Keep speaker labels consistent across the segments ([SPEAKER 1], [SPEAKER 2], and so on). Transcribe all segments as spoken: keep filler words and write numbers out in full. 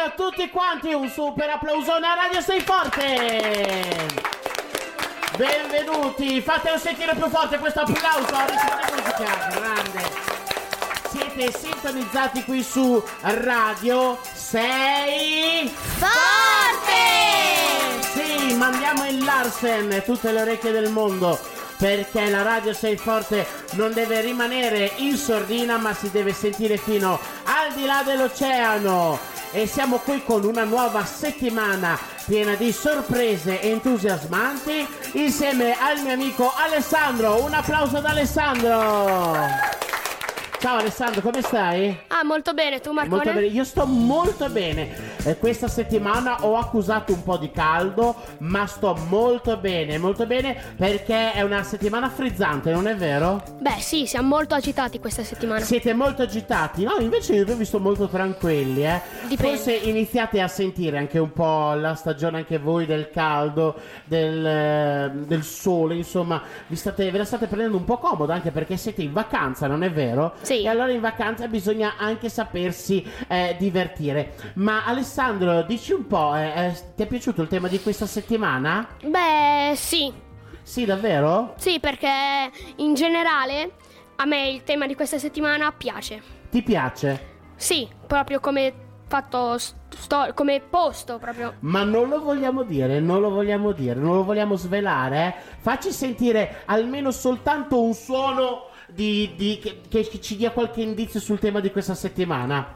[SPEAKER 1] a tutti quanti un super applausone a Radio Sei Forte. Benvenuti, fatelo sentire più forte questo applauso. Risponde musica, grande. Siete sintonizzati qui su Radio Sei
[SPEAKER 2] Forte.
[SPEAKER 1] Sì, mandiamo in Larsen tutte le orecchie del mondo, perché la Radio Sei Forte non deve rimanere in sordina, ma si deve sentire fino al di là dell'oceano. E siamo qui con una nuova settimana piena di sorprese entusiasmanti insieme al mio amico Alessandro. Un applauso ad Alessandro. Ciao Alessandro, come stai?
[SPEAKER 2] Ah, molto bene, tu Marcone?
[SPEAKER 1] Molto bene, io sto molto bene. Eh, questa settimana ho accusato un po' di caldo, ma sto molto bene, molto bene, perché è una settimana frizzante, non è vero?
[SPEAKER 2] Beh sì, siamo molto agitati questa settimana.
[SPEAKER 1] Siete molto agitati? No, invece io vi ho visto molto tranquilli, eh.
[SPEAKER 2] Dipende.
[SPEAKER 1] Forse iniziate a sentire anche un po' la stagione anche voi del caldo, del, eh, del sole, insomma, vi state, ve la state prendendo un po' comoda, anche perché siete in vacanza, non è vero?
[SPEAKER 2] Sì.
[SPEAKER 1] E allora in vacanza bisogna anche sapersi eh, divertire. Ma Alessandro, dici un po', eh, eh, ti è piaciuto il tema di questa settimana?
[SPEAKER 2] Beh sì.
[SPEAKER 1] Sì, davvero?
[SPEAKER 2] Sì, perché in generale a me il tema di questa settimana piace.
[SPEAKER 1] Ti piace?
[SPEAKER 2] Sì, proprio come fatto, sto, come posto proprio.
[SPEAKER 1] Ma non lo vogliamo dire, non lo vogliamo dire, non lo vogliamo svelare, eh? Facci sentire almeno soltanto un suono di, di che, che ci dia qualche indizio sul tema di questa settimana.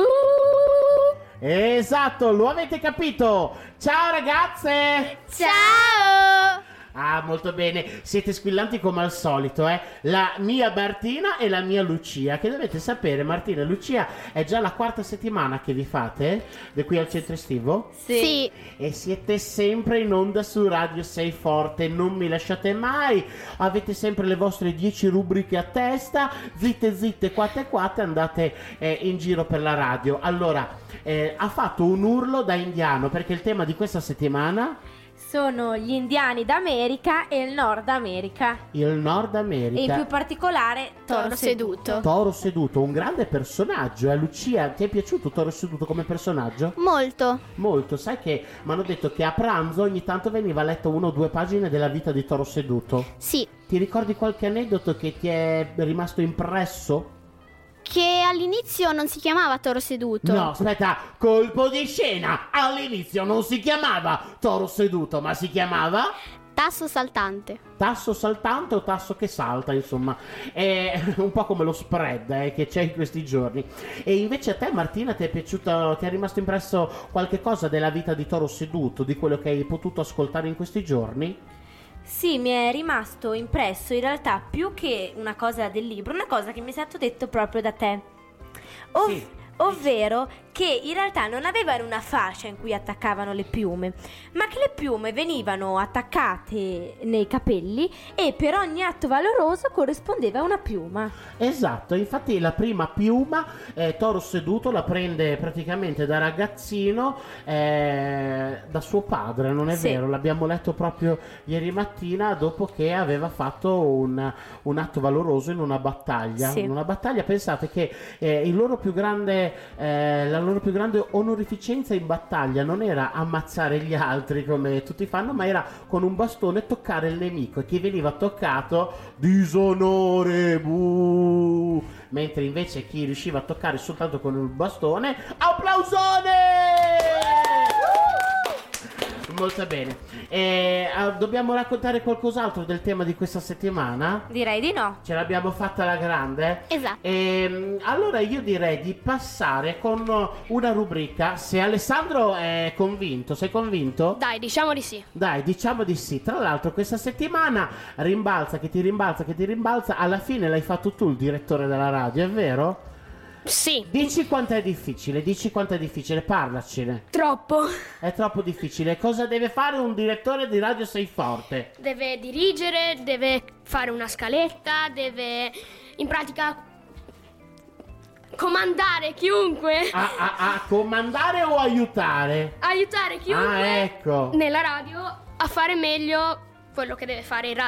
[SPEAKER 1] Esatto, lo avete capito. Ciao ragazze.
[SPEAKER 2] Ciao!
[SPEAKER 1] Ah, molto bene, siete squillanti come al solito, eh? La mia Martina e la mia Lucia, che dovete sapere, Martina e Lucia, è già la quarta settimana che vi fate da qui al centro estivo.
[SPEAKER 2] Sì.
[SPEAKER 1] E siete sempre in onda su Radio Sei Forte, non mi lasciate mai, avete sempre le vostre dieci rubriche a testa, zitte zitte quatte quatte, andate eh, in giro per la radio. Allora, eh, ha fatto un urlo da indiano, perché il tema di questa settimana
[SPEAKER 3] sono gli indiani d'America e il Nord America.
[SPEAKER 1] il Nord America.
[SPEAKER 3] E in più particolare Toro,
[SPEAKER 2] Toro
[SPEAKER 3] seduto.
[SPEAKER 2] seduto.
[SPEAKER 1] Toro seduto, un grande personaggio, eh? Lucia, ti è piaciuto Toro seduto come personaggio?
[SPEAKER 4] Molto.
[SPEAKER 1] Molto, sai che mi hanno detto che a pranzo ogni tanto veniva letto uno o due pagine della vita di Toro seduto.
[SPEAKER 4] Sì,
[SPEAKER 1] Ti ricordi qualche aneddoto che ti è rimasto impresso?
[SPEAKER 4] che all'inizio non si chiamava Toro seduto.
[SPEAKER 1] No, aspetta, colpo di scena! All'inizio non si chiamava Toro seduto, ma si chiamava
[SPEAKER 4] Tasso saltante.
[SPEAKER 1] tasso saltante o tasso che salta, insomma, è un po' come lo spread eh, che c'è in questi giorni. E invece a te Martina ti è piaciuto, ti è rimasto impresso qualche cosa della vita di Toro seduto, di quello che hai potuto ascoltare in questi giorni?
[SPEAKER 3] Sì, mi è rimasto impresso in realtà più che una cosa del libro, una cosa che mi è stato detto proprio da te. Ov-
[SPEAKER 1] Sì.
[SPEAKER 3] Ovvero che in realtà non avevano una fascia in cui attaccavano le piume, ma che le piume venivano attaccate nei capelli e per ogni atto valoroso corrispondeva una piuma.
[SPEAKER 1] Esatto, infatti la prima piuma eh, Toro seduto la prende praticamente da ragazzino eh, da suo padre, non è
[SPEAKER 3] Sì.
[SPEAKER 1] vero? L'abbiamo letto proprio ieri mattina dopo che aveva fatto un, un atto valoroso in una battaglia.
[SPEAKER 3] Sì.
[SPEAKER 1] In una battaglia, pensate che eh, il loro più grande eh, la loro più grande onorificenza in battaglia non era ammazzare gli altri come tutti fanno, ma era con un bastone toccare il nemico, e chi veniva toccato disonore, buh. Mentre invece chi riusciva a toccare soltanto con il bastone, applausone! Molto bene. Eh, ah, dobbiamo raccontare qualcos'altro del tema di questa settimana?
[SPEAKER 3] Direi di no.
[SPEAKER 1] Ce l'abbiamo fatta alla grande?
[SPEAKER 4] Esatto.
[SPEAKER 1] Ehm, allora io direi di passare con una rubrica. Se Alessandro è convinto, sei convinto?
[SPEAKER 2] Dai, diciamo di sì.
[SPEAKER 1] Dai, diciamo di sì. Tra l'altro questa settimana rimbalza che ti rimbalza che ti rimbalza. Alla fine l'hai fatto tu il direttore della radio, è vero?
[SPEAKER 2] Sì.
[SPEAKER 1] Dici quanto è difficile, dici quanto è difficile, parlacene.
[SPEAKER 2] Troppo.
[SPEAKER 1] È troppo difficile. Cosa deve fare un direttore di Radio Sei Forte?
[SPEAKER 2] Deve dirigere, deve fare una scaletta, deve in pratica comandare chiunque.
[SPEAKER 1] A, a, a comandare o aiutare?
[SPEAKER 2] Aiutare chiunque
[SPEAKER 1] Ah, ecco.
[SPEAKER 2] nella radio a fare meglio quello che deve fare in radio.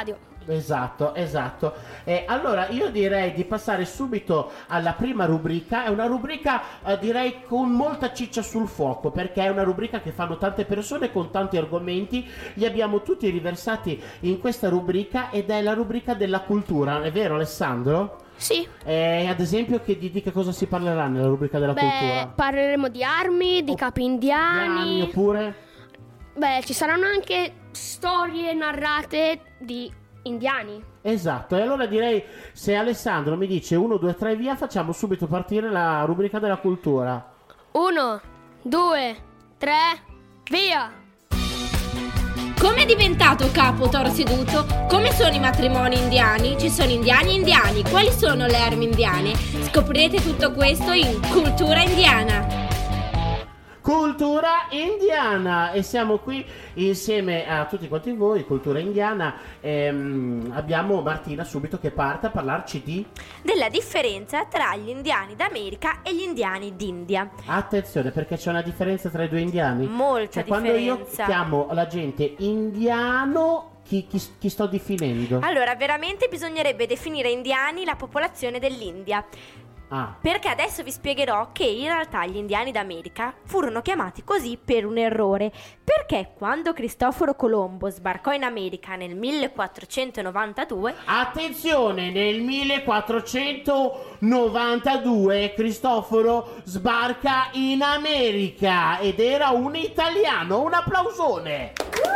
[SPEAKER 1] Esatto, esatto. E allora io direi di passare subito alla prima rubrica. È una rubrica eh, direi con molta ciccia sul fuoco, perché è una rubrica che fanno tante persone con tanti argomenti. Li abbiamo tutti riversati in questa rubrica ed è la rubrica della cultura. È vero, Alessandro?
[SPEAKER 2] Sì.
[SPEAKER 1] E ad esempio che di, di che cosa si parlerà nella rubrica della
[SPEAKER 2] Beh,
[SPEAKER 1] cultura?
[SPEAKER 2] parleremo di armi, di
[SPEAKER 1] O-
[SPEAKER 2] capi
[SPEAKER 1] Indiani,
[SPEAKER 2] indiani.
[SPEAKER 1] oppure?
[SPEAKER 2] Beh, ci saranno anche storie narrate di indiani.
[SPEAKER 1] Esatto, e allora direi, se Alessandro mi dice uno, due, tre, via, facciamo subito partire la rubrica della cultura.
[SPEAKER 2] Uno, due, tre, via!
[SPEAKER 3] Come è diventato capo Toro Seduto? Come sono i matrimoni indiani? Ci sono indiani e indiani. Quali sono le armi indiane? Scoprirete tutto questo in Cultura Indiana.
[SPEAKER 1] Cultura indiana, e siamo qui insieme a tutti quanti voi, Cultura Indiana. Ehm, abbiamo Martina subito che parte a parlarci di...
[SPEAKER 3] Della differenza tra gli indiani d'America e gli indiani d'India.
[SPEAKER 1] Attenzione, perché c'è una differenza tra i due indiani.
[SPEAKER 3] Molta
[SPEAKER 1] Cioè, quando io
[SPEAKER 3] differenza.
[SPEAKER 1] chiamo la gente indiano, chi, chi, chi sto definendo?
[SPEAKER 3] Allora, veramente bisognerebbe definire indiani la popolazione dell'India.
[SPEAKER 1] Ah,
[SPEAKER 3] Perché adesso vi spiegherò che in realtà gli indiani d'America furono chiamati così per un errore. Perché quando Cristoforo Colombo sbarcò in America nel millequattrocentonovantadue,
[SPEAKER 1] attenzione, nel millequattrocentonovantadue Cristoforo sbarca in America ed era un italiano. Un applausone!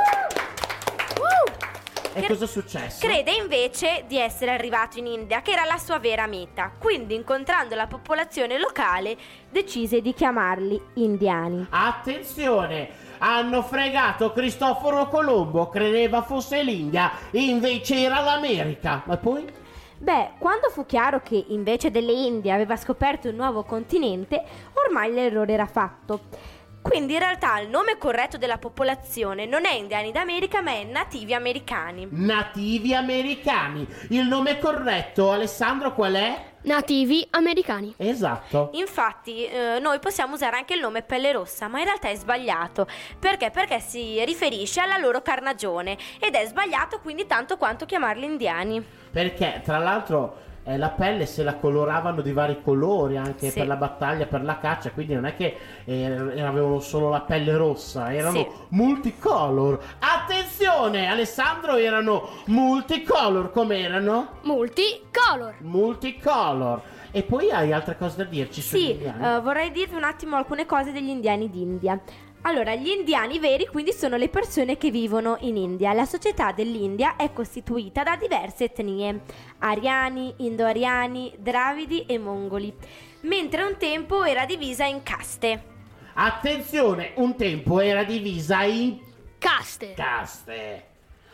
[SPEAKER 1] E
[SPEAKER 3] Cre-
[SPEAKER 1] cosa è successo?
[SPEAKER 3] crede invece di essere arrivato in India, che era la sua vera meta. Quindi, incontrando la popolazione locale, decise di chiamarli indiani.
[SPEAKER 1] Attenzione, hanno fregato Cristoforo Colombo, credeva fosse l'India, invece era l'America. Ma poi?
[SPEAKER 3] Beh, quando fu chiaro che invece delle Indie aveva scoperto un nuovo continente, ormai l'errore era fatto. Quindi in realtà il nome corretto della popolazione non è indiani d'America, ma è nativi americani.
[SPEAKER 1] Nativi americani. Il nome corretto, Alessandro, qual è?
[SPEAKER 2] Nativi americani.
[SPEAKER 1] Esatto.
[SPEAKER 3] Infatti eh, noi possiamo usare anche il nome pelle rossa, ma in realtà è sbagliato. Perché? Perché si riferisce alla loro carnagione ed è sbagliato quindi tanto quanto chiamarli indiani.
[SPEAKER 1] Perché tra l'altro eh, la pelle se la coloravano di vari colori anche
[SPEAKER 3] Sì.
[SPEAKER 1] per la battaglia, per la caccia, quindi non è che eh, avevano solo la pelle rossa, erano
[SPEAKER 3] Sì.
[SPEAKER 1] multicolor. Attenzione, Alessandro, erano multicolor. Come erano?
[SPEAKER 2] Multicolor.
[SPEAKER 1] Multicolor. E poi hai altre cose da dirci sugli
[SPEAKER 3] Sì,
[SPEAKER 1] indiani?
[SPEAKER 3] eh, vorrei dirvi un attimo alcune cose degli indiani d'India. Allora, gli indiani veri quindi sono le persone che vivono in India. La società dell'India è costituita da diverse etnie: ariani, indo-ariani, dravidi e mongoli, mentre un tempo era divisa in caste.
[SPEAKER 1] Attenzione, un tempo era divisa in
[SPEAKER 2] Caste.
[SPEAKER 1] caste.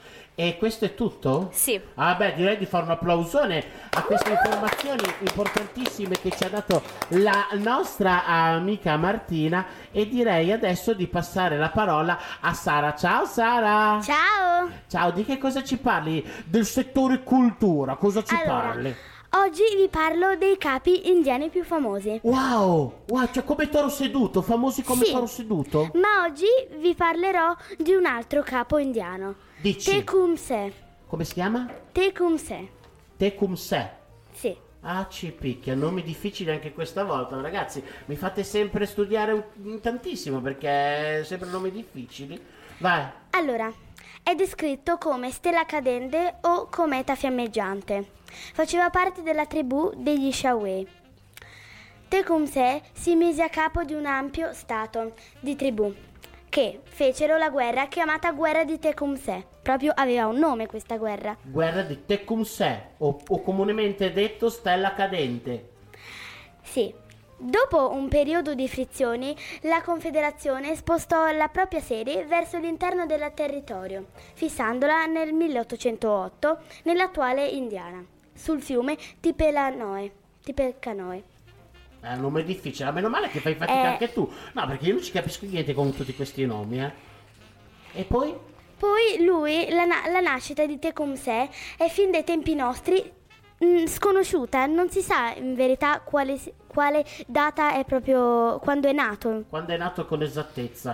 [SPEAKER 1] E questo è tutto?
[SPEAKER 3] Sì.
[SPEAKER 1] Ah beh, direi di fare un applausone a queste informazioni importantissime che ci ha dato la nostra amica Martina, e direi adesso di passare la parola a Sara. Ciao Sara!
[SPEAKER 4] Ciao!
[SPEAKER 1] Ciao, di che cosa ci parli? Del settore cultura, cosa ci
[SPEAKER 4] Allora,
[SPEAKER 1] parli?
[SPEAKER 4] oggi vi parlo dei capi indiani più famosi.
[SPEAKER 1] Wow, wow, cioè come Toro Seduto, famosi come
[SPEAKER 4] Sì.
[SPEAKER 1] Toro Seduto?
[SPEAKER 4] Ma oggi vi parlerò di un altro capo indiano.
[SPEAKER 1] Dici,
[SPEAKER 4] Tecumseh.
[SPEAKER 1] come si chiama?
[SPEAKER 4] Tecumseh.
[SPEAKER 1] Tecumseh.
[SPEAKER 4] Sì.
[SPEAKER 1] Ah, ci picchia, nomi difficili anche questa volta, ragazzi. Mi fate sempre studiare un- tantissimo perché sempre nomi difficili. Vai.
[SPEAKER 4] Allora, è descritto come stella cadente o cometa fiammeggiante. Faceva parte della tribù degli Shawe. Tecumseh si mise a capo di un ampio stato di tribù che fecero la guerra chiamata guerra di Tecumseh. Proprio aveva un nome questa guerra.
[SPEAKER 1] Guerra di Tecumseh, o, o comunemente detto stella cadente.
[SPEAKER 4] Sì. Dopo un periodo di frizioni, la Confederazione spostò la propria sede verso l'interno del territorio, fissandola nel milleottocentootto nell'attuale Indiana, sul fiume Tippecanoe. Tippecanoe.
[SPEAKER 1] È un nome difficile, ma meno male che fai fatica
[SPEAKER 4] Eh.
[SPEAKER 1] anche tu. No, perché io non ci capisco niente con tutti questi nomi, eh. E poi?
[SPEAKER 4] Poi lui, la, na- la nascita di Tecumseh è fin dai tempi nostri mh, sconosciuta, non si sa in verità quale, si- quale data è proprio quando è nato.
[SPEAKER 1] Quando è nato con esattezza.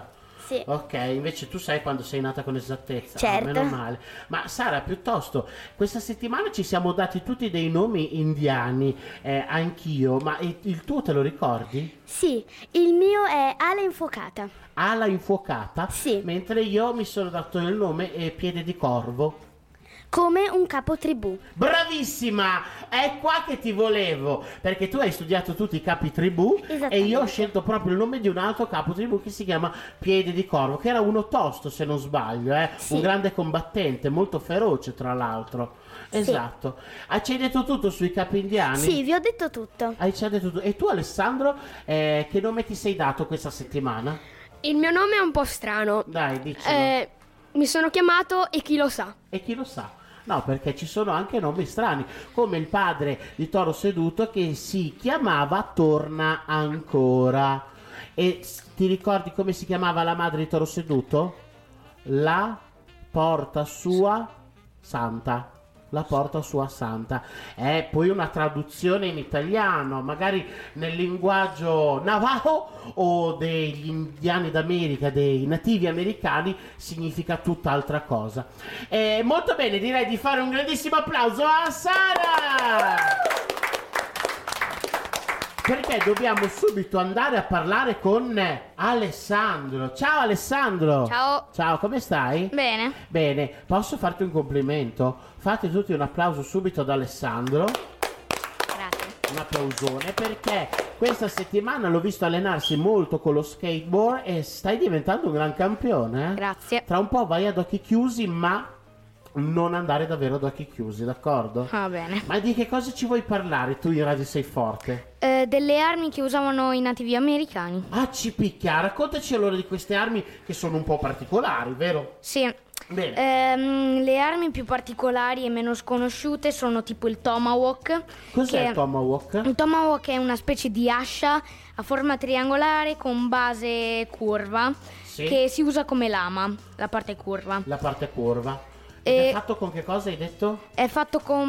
[SPEAKER 4] Sì.
[SPEAKER 1] Ok, invece tu sai quando sei nata con esattezza.
[SPEAKER 4] Certo.
[SPEAKER 1] Ah, meno male. Ma Sara, piuttosto, questa settimana ci siamo dati tutti dei nomi indiani, eh, anch'io, ma il, il tuo te lo ricordi?
[SPEAKER 4] Sì, il mio è Ala Infuocata.
[SPEAKER 1] Ala Infuocata?
[SPEAKER 4] Sì.
[SPEAKER 1] Mentre io mi sono dato il nome eh, Piede di Corvo.
[SPEAKER 4] Come un capo tribù.
[SPEAKER 1] Bravissima! È qua che ti volevo, perché tu hai studiato tutti i capi tribù e
[SPEAKER 4] Esattamente.
[SPEAKER 1] io ho scelto proprio il nome di un altro capo tribù che si chiama Piede di Corvo, che era uno tosto se non sbaglio, eh?
[SPEAKER 4] Sì.
[SPEAKER 1] Un grande combattente, molto feroce tra l'altro. Esatto. Ah, ci hai detto tutto sui capi indiani?
[SPEAKER 4] Sì, vi ho detto tutto.
[SPEAKER 1] Hai già detto tutto. E tu Alessandro, eh, che nome ti sei dato questa settimana?
[SPEAKER 2] Il mio nome è un po' strano.
[SPEAKER 1] Dai, dicelo.
[SPEAKER 2] Eh, mi sono chiamato E chi lo sa.
[SPEAKER 1] E chi lo sa? No, perché ci sono anche nomi strani, come il padre di Toro Seduto che si chiamava Torna Ancora. E s- ti ricordi come si chiamava la madre di Toro Seduto? La Porta Sua Santa. La Porta Sua Santa. È poi una traduzione in italiano, magari nel linguaggio navajo o degli indiani d'America, dei nativi americani, significa tutt'altra cosa. E molto bene, direi di fare un grandissimo applauso a Sara! Perché dobbiamo subito andare a parlare con Alessandro. Ciao Alessandro!
[SPEAKER 2] Ciao.
[SPEAKER 1] Ciao, come stai?
[SPEAKER 2] Bene.
[SPEAKER 1] Bene, posso farti un complimento? Fate tutti un applauso subito ad Alessandro.
[SPEAKER 2] Grazie.
[SPEAKER 1] Un applausone perché questa settimana l'ho visto allenarsi molto con lo skateboard e stai diventando un gran campione. Eh?
[SPEAKER 2] Grazie.
[SPEAKER 1] Tra un po' vai ad occhi chiusi, ma non andare davvero ad occhi chiusi, d'accordo?
[SPEAKER 2] Va bene.
[SPEAKER 1] Ma di che cosa ci vuoi parlare tu in Radio Sei Forte?
[SPEAKER 2] Eh, delle armi che usavano i nativi americani.
[SPEAKER 1] Ah, ci picchia, raccontaci allora di queste armi che sono un po' particolari, vero?
[SPEAKER 2] Sì.
[SPEAKER 1] Bene.
[SPEAKER 2] Ehm, le armi più particolari e meno sconosciute sono tipo il tomahawk.
[SPEAKER 1] Cos'è
[SPEAKER 2] che-
[SPEAKER 1] il tomahawk?
[SPEAKER 2] Il tomahawk è una specie di ascia a forma triangolare con base curva
[SPEAKER 1] Sì.
[SPEAKER 2] che si usa come lama, la parte curva.
[SPEAKER 1] La parte curva. Ed
[SPEAKER 2] E-
[SPEAKER 1] è fatto con che cosa hai detto?
[SPEAKER 2] È fatto con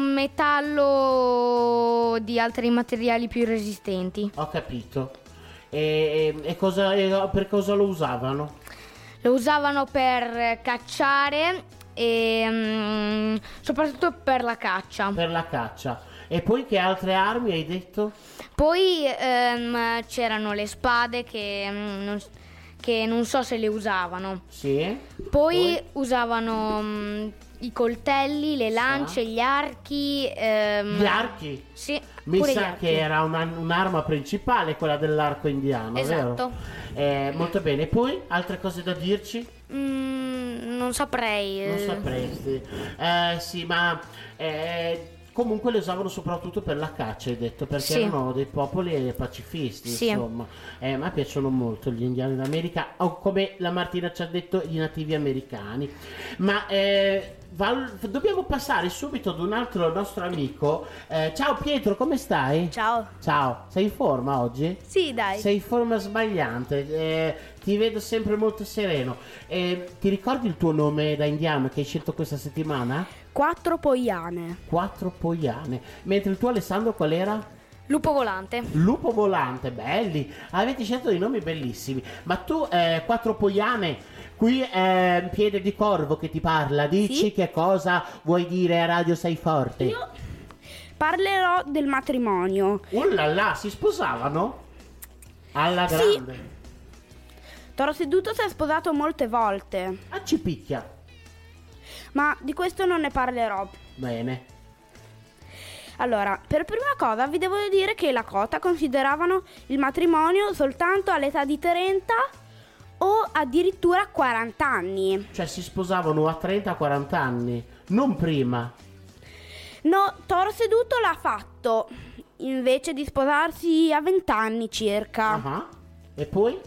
[SPEAKER 2] metallo di altri materiali più resistenti.
[SPEAKER 1] Ho capito. E, e- e cosa, e per cosa lo usavano?
[SPEAKER 2] Lo usavano per cacciare e mm, soprattutto per la caccia.
[SPEAKER 1] Per la caccia. E poi che altre armi hai detto?
[SPEAKER 2] Poi ehm, c'erano le spade che, mm, non, che non so se le usavano.
[SPEAKER 1] Sì.
[SPEAKER 2] Poi, usavano mm, i coltelli, le lance, gli archi. ehm,
[SPEAKER 1] Gli archi?
[SPEAKER 2] Sì,
[SPEAKER 1] Mi
[SPEAKER 2] pure gli
[SPEAKER 1] sa
[SPEAKER 2] archi.
[SPEAKER 1] che era una- un'arma principale, quella dell'arco indiano,
[SPEAKER 2] Esatto.
[SPEAKER 1] vero? Eh, molto bene. Poi altre cose da dirci?
[SPEAKER 2] Mm, non saprei.
[SPEAKER 1] Non
[SPEAKER 2] eh.
[SPEAKER 1] sapresti. Eh, sì, ma eh, comunque le usavano soprattutto per la caccia, hai detto, perché
[SPEAKER 2] Sì.
[SPEAKER 1] erano dei popoli pacifisti,
[SPEAKER 2] Sì.
[SPEAKER 1] insomma. Eh, a me piacciono molto gli indiani d'America, o come la Martina ci ha detto, i nativi americani. Ma eh, val- dobbiamo passare subito ad un altro nostro amico. Eh, ciao Pietro, come stai?
[SPEAKER 5] Ciao.
[SPEAKER 1] Ciao, sei in forma oggi?
[SPEAKER 5] Sì, dai.
[SPEAKER 1] Sei in forma sbagliante, eh, ti vedo sempre molto sereno. Eh, ti ricordi il tuo nome da indiano che hai scelto questa settimana?
[SPEAKER 5] Quattro poiane.
[SPEAKER 1] Quattro poiane. Mentre il tuo Alessandro qual era?
[SPEAKER 2] Lupo volante.
[SPEAKER 1] Lupo volante, belli. Avete scelto dei nomi bellissimi. Ma tu, eh, quattro poiane, qui è Piede di Corvo che ti parla. Dici
[SPEAKER 5] Sì.
[SPEAKER 1] che cosa vuoi dire a Radio Sei Forte?
[SPEAKER 5] Io parlerò del matrimonio.
[SPEAKER 1] Oh là là, si sposavano? Alla
[SPEAKER 5] Sì.
[SPEAKER 1] grande.
[SPEAKER 5] Toro Seduto si è sposato molte volte,
[SPEAKER 1] Ah, ci picchia.
[SPEAKER 5] ma di questo non ne parlerò.
[SPEAKER 1] Bene.
[SPEAKER 5] Allora, per prima cosa vi devo dire che i Lakota consideravano il matrimonio soltanto all'età di trenta o addirittura quaranta anni.
[SPEAKER 1] Cioè si sposavano a trenta quaranta anni, non prima.
[SPEAKER 5] No, Toro Seduto l'ha fatto invece di sposarsi a venti anni circa.
[SPEAKER 1] Ah. E poi?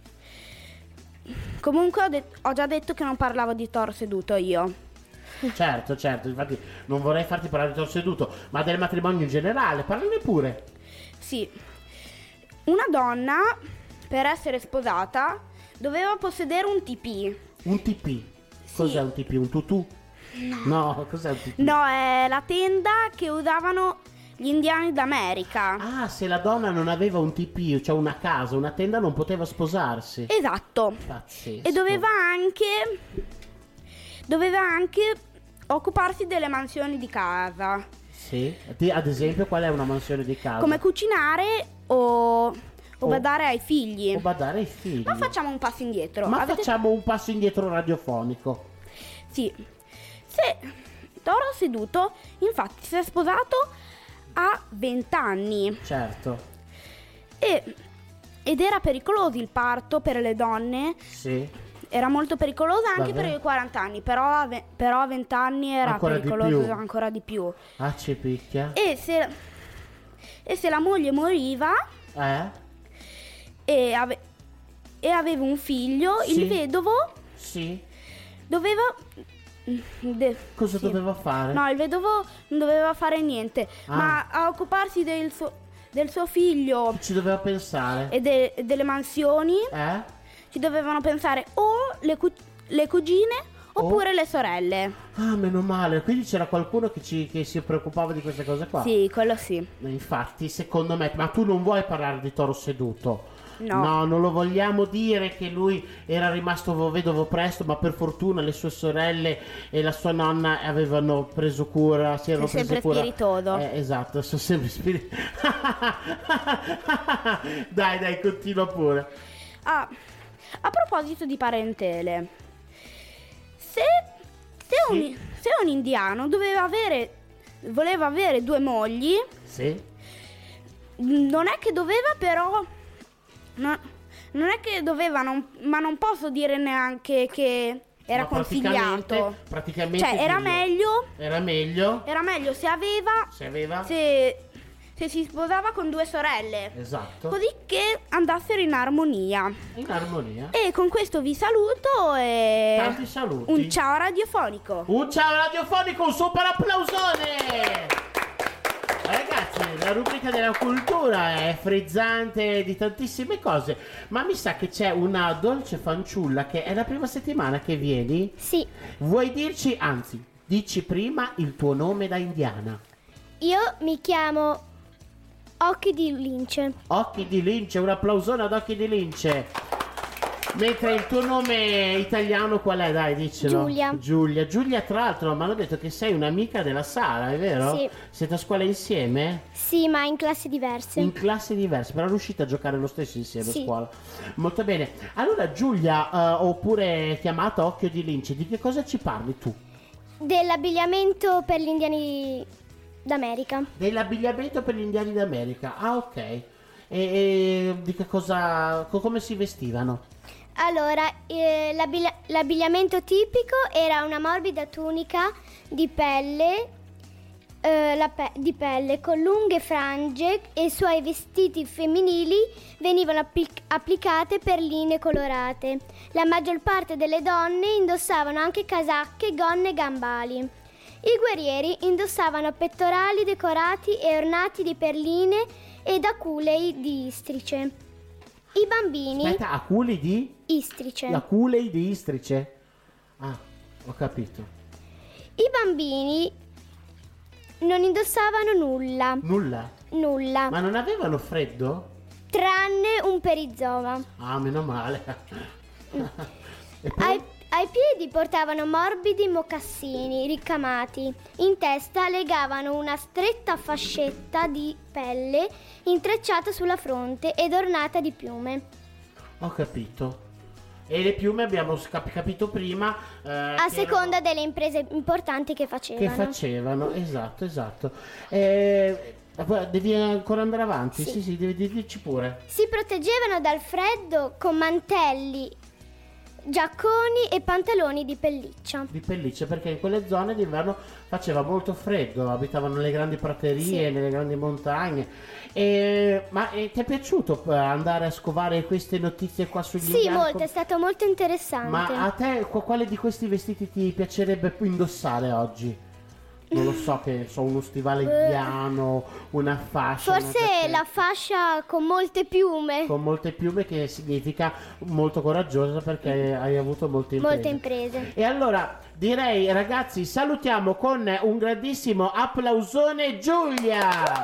[SPEAKER 5] Comunque ho, de- ho già detto che non parlavo di Toro Seduto io.
[SPEAKER 1] Certo, certo, infatti non vorrei farti parlare di Toro Seduto, ma del matrimonio in generale, parlane pure.
[SPEAKER 5] Sì, una donna per essere sposata doveva possedere un T P.
[SPEAKER 1] Un T P. Cos'è un T P? Un tutù? No. No, cos'è un T P?
[SPEAKER 5] No, è la tenda che usavano gli indiani d'America.
[SPEAKER 1] Ah, se la donna non aveva un tipi, cioè una casa, una tenda, non poteva sposarsi.
[SPEAKER 5] Esatto.
[SPEAKER 1] Pazzesco.
[SPEAKER 5] E doveva anche doveva anche occuparsi delle mansioni di casa,
[SPEAKER 1] Sì. Ti- Ad esempio, qual è una mansione di casa?
[SPEAKER 5] come cucinare o, o
[SPEAKER 1] O-
[SPEAKER 5] badare ai figli.
[SPEAKER 1] O badare ai figli.
[SPEAKER 5] Ma facciamo un passo indietro.
[SPEAKER 1] Ma
[SPEAKER 5] Avete-
[SPEAKER 1] facciamo un passo indietro radiofonico.
[SPEAKER 5] Sì. Se Toro seduto, infatti, si è sposato a venti anni
[SPEAKER 1] Certo.
[SPEAKER 5] e, ed era pericoloso il parto per le donne.
[SPEAKER 1] Sì.
[SPEAKER 5] Era molto pericoloso anche
[SPEAKER 1] Davvero?
[SPEAKER 5] per i quaranta anni, però a, ve- però a venti anni era
[SPEAKER 1] Ancora di
[SPEAKER 5] pericoloso
[SPEAKER 1] più.
[SPEAKER 5] ancora di più.
[SPEAKER 1] Ah, ci picchia.
[SPEAKER 5] E se, e se la moglie moriva
[SPEAKER 1] Eh?
[SPEAKER 5] e, ave- e aveva un figlio,
[SPEAKER 1] Sì.
[SPEAKER 5] il vedovo
[SPEAKER 1] Sì.
[SPEAKER 5] doveva... de-
[SPEAKER 1] Cosa
[SPEAKER 5] sì.
[SPEAKER 1] doveva fare?
[SPEAKER 5] No, il vedovo non doveva fare niente,
[SPEAKER 1] Ah.
[SPEAKER 5] ma a occuparsi del suo, del suo figlio
[SPEAKER 1] Ci doveva pensare.
[SPEAKER 5] e de- delle mansioni
[SPEAKER 1] Eh?
[SPEAKER 5] ci dovevano pensare o le, cu- le cugine
[SPEAKER 1] O-
[SPEAKER 5] oppure le sorelle.
[SPEAKER 1] Ah, meno male. Quindi c'era qualcuno che, ci, che si preoccupava di queste cose qua.
[SPEAKER 5] Sì, quello sì.
[SPEAKER 1] Eh, Infatti, secondo me, ma tu non vuoi parlare di Toro seduto?
[SPEAKER 5] No.
[SPEAKER 1] non lo vogliamo dire che lui era rimasto vedovo presto, ma per fortuna le sue sorelle e la sua nonna avevano preso cura, si erano
[SPEAKER 5] Sei
[SPEAKER 1] prese
[SPEAKER 5] sempre
[SPEAKER 1] cura.
[SPEAKER 5] spiritoso.
[SPEAKER 1] Eh, esatto, sono sempre spiritoso. Dai, dai, continua pure.
[SPEAKER 5] Ah, a proposito di parentele, se, se,
[SPEAKER 1] Sì.
[SPEAKER 5] un, se un indiano doveva avere, voleva avere due mogli,
[SPEAKER 1] Sì?
[SPEAKER 5] non è che doveva però, no- non è che doveva, non- ma non posso dire neanche che era
[SPEAKER 1] Ma praticamente-
[SPEAKER 5] consigliato.
[SPEAKER 1] praticamente
[SPEAKER 5] Cioè era
[SPEAKER 1] dillo.
[SPEAKER 5] meglio,
[SPEAKER 1] Era meglio
[SPEAKER 5] era meglio se aveva,
[SPEAKER 1] se aveva...
[SPEAKER 5] se, se si sposava con due sorelle,
[SPEAKER 1] Esatto.
[SPEAKER 5] così che andassero in armonia.
[SPEAKER 1] In armonia.
[SPEAKER 5] E con questo vi saluto e
[SPEAKER 1] Tanti saluti.
[SPEAKER 5] un ciao radiofonico.
[SPEAKER 1] Un ciao radiofonico, un super applausone! Ragazzi, la rubrica della cultura è frizzante di tantissime cose, ma mi sa che c'è una dolce fanciulla che è la prima settimana che vieni.
[SPEAKER 4] Sì,
[SPEAKER 1] Vuoi dirci, anzi, dici prima il tuo nome da indiana.
[SPEAKER 4] io mi chiamo Occhi di Lince.
[SPEAKER 1] Occhi di Lince, un applausone ad Occhi di Lince. Mentre il tuo nome italiano qual è? Dai, dicelo.
[SPEAKER 4] Giulia.
[SPEAKER 1] Giulia. Giulia, tra l'altro, mi hanno detto che sei un'amica della Sara, è vero?
[SPEAKER 4] Sì.
[SPEAKER 1] Siete a scuola insieme?
[SPEAKER 4] Sì, ma in classi diverse.
[SPEAKER 1] In classi diverse, però riuscite a giocare lo stesso insieme a
[SPEAKER 4] Sì.
[SPEAKER 1] scuola. Molto bene. Allora, Giulia, eh, oppure chiamata Occhio di Lince, di che cosa ci parli tu?
[SPEAKER 4] Dell'abbigliamento per gli indiani d'America.
[SPEAKER 1] Dell'abbigliamento per gli indiani d'America. Ah, ok. E, e di che cosa... co- come si vestivano?
[SPEAKER 4] Allora, eh, l'abbi- l'abbigliamento tipico era una morbida tunica di pelle, eh, la pe- di pelle con lunghe frange e i suoi vestiti femminili venivano applic- applicate perline colorate. La maggior parte delle donne indossavano anche casacche, gonne e gambali. I guerrieri indossavano pettorali decorati e ornati di perline ed aculei di istrice. I bambini...
[SPEAKER 1] Aspetta, aculi di...
[SPEAKER 4] Istrice.
[SPEAKER 1] Aculei di Istrice? Ah, ho capito.
[SPEAKER 4] I bambini non indossavano nulla,
[SPEAKER 1] Nulla?
[SPEAKER 4] nulla,
[SPEAKER 1] Ma non avevano freddo?
[SPEAKER 4] tranne un perizoma.
[SPEAKER 1] Ah, meno male. E poi?
[SPEAKER 4] Ai, ai piedi portavano morbidi mocassini ricamati. In testa legavano una stretta fascetta di pelle intrecciata sulla fronte ed ornata di piume.
[SPEAKER 1] Ho capito. E le piume abbiamo cap- capito prima. eh,
[SPEAKER 4] A
[SPEAKER 1] che
[SPEAKER 4] seconda
[SPEAKER 1] erano-
[SPEAKER 4] delle imprese importanti che
[SPEAKER 1] Che
[SPEAKER 4] facevano.
[SPEAKER 1] facevano, esatto, esatto. Eh, devi ancora andare avanti? Sì,
[SPEAKER 4] Sì.
[SPEAKER 1] sì, devi dirci pure.
[SPEAKER 4] Si proteggevano dal freddo con mantelli, giacconi e pantaloni di pelliccia.
[SPEAKER 1] Di pelliccia, perché in quelle zone d'inverno faceva molto freddo, abitavano nelle grandi praterie,
[SPEAKER 4] Sì.
[SPEAKER 1] nelle grandi montagne. E, ma eh, ti è piaciuto eh, andare a scovare queste notizie qua sugli
[SPEAKER 4] Sì,
[SPEAKER 1] indiani?
[SPEAKER 4] molto, è stato molto interessante.
[SPEAKER 1] Ma a te qu- quale di questi vestiti ti piacerebbe indossare oggi? non lo so, che so, uno stivale indiano, una fascia.
[SPEAKER 4] Forse
[SPEAKER 1] una
[SPEAKER 4] la fascia con molte piume.
[SPEAKER 1] con molte piume, che significa molto coraggiosa perché hai avuto molte imprese.
[SPEAKER 4] Molte imprese.
[SPEAKER 1] E allora direi, ragazzi, salutiamo con un grandissimo applausone Giulia.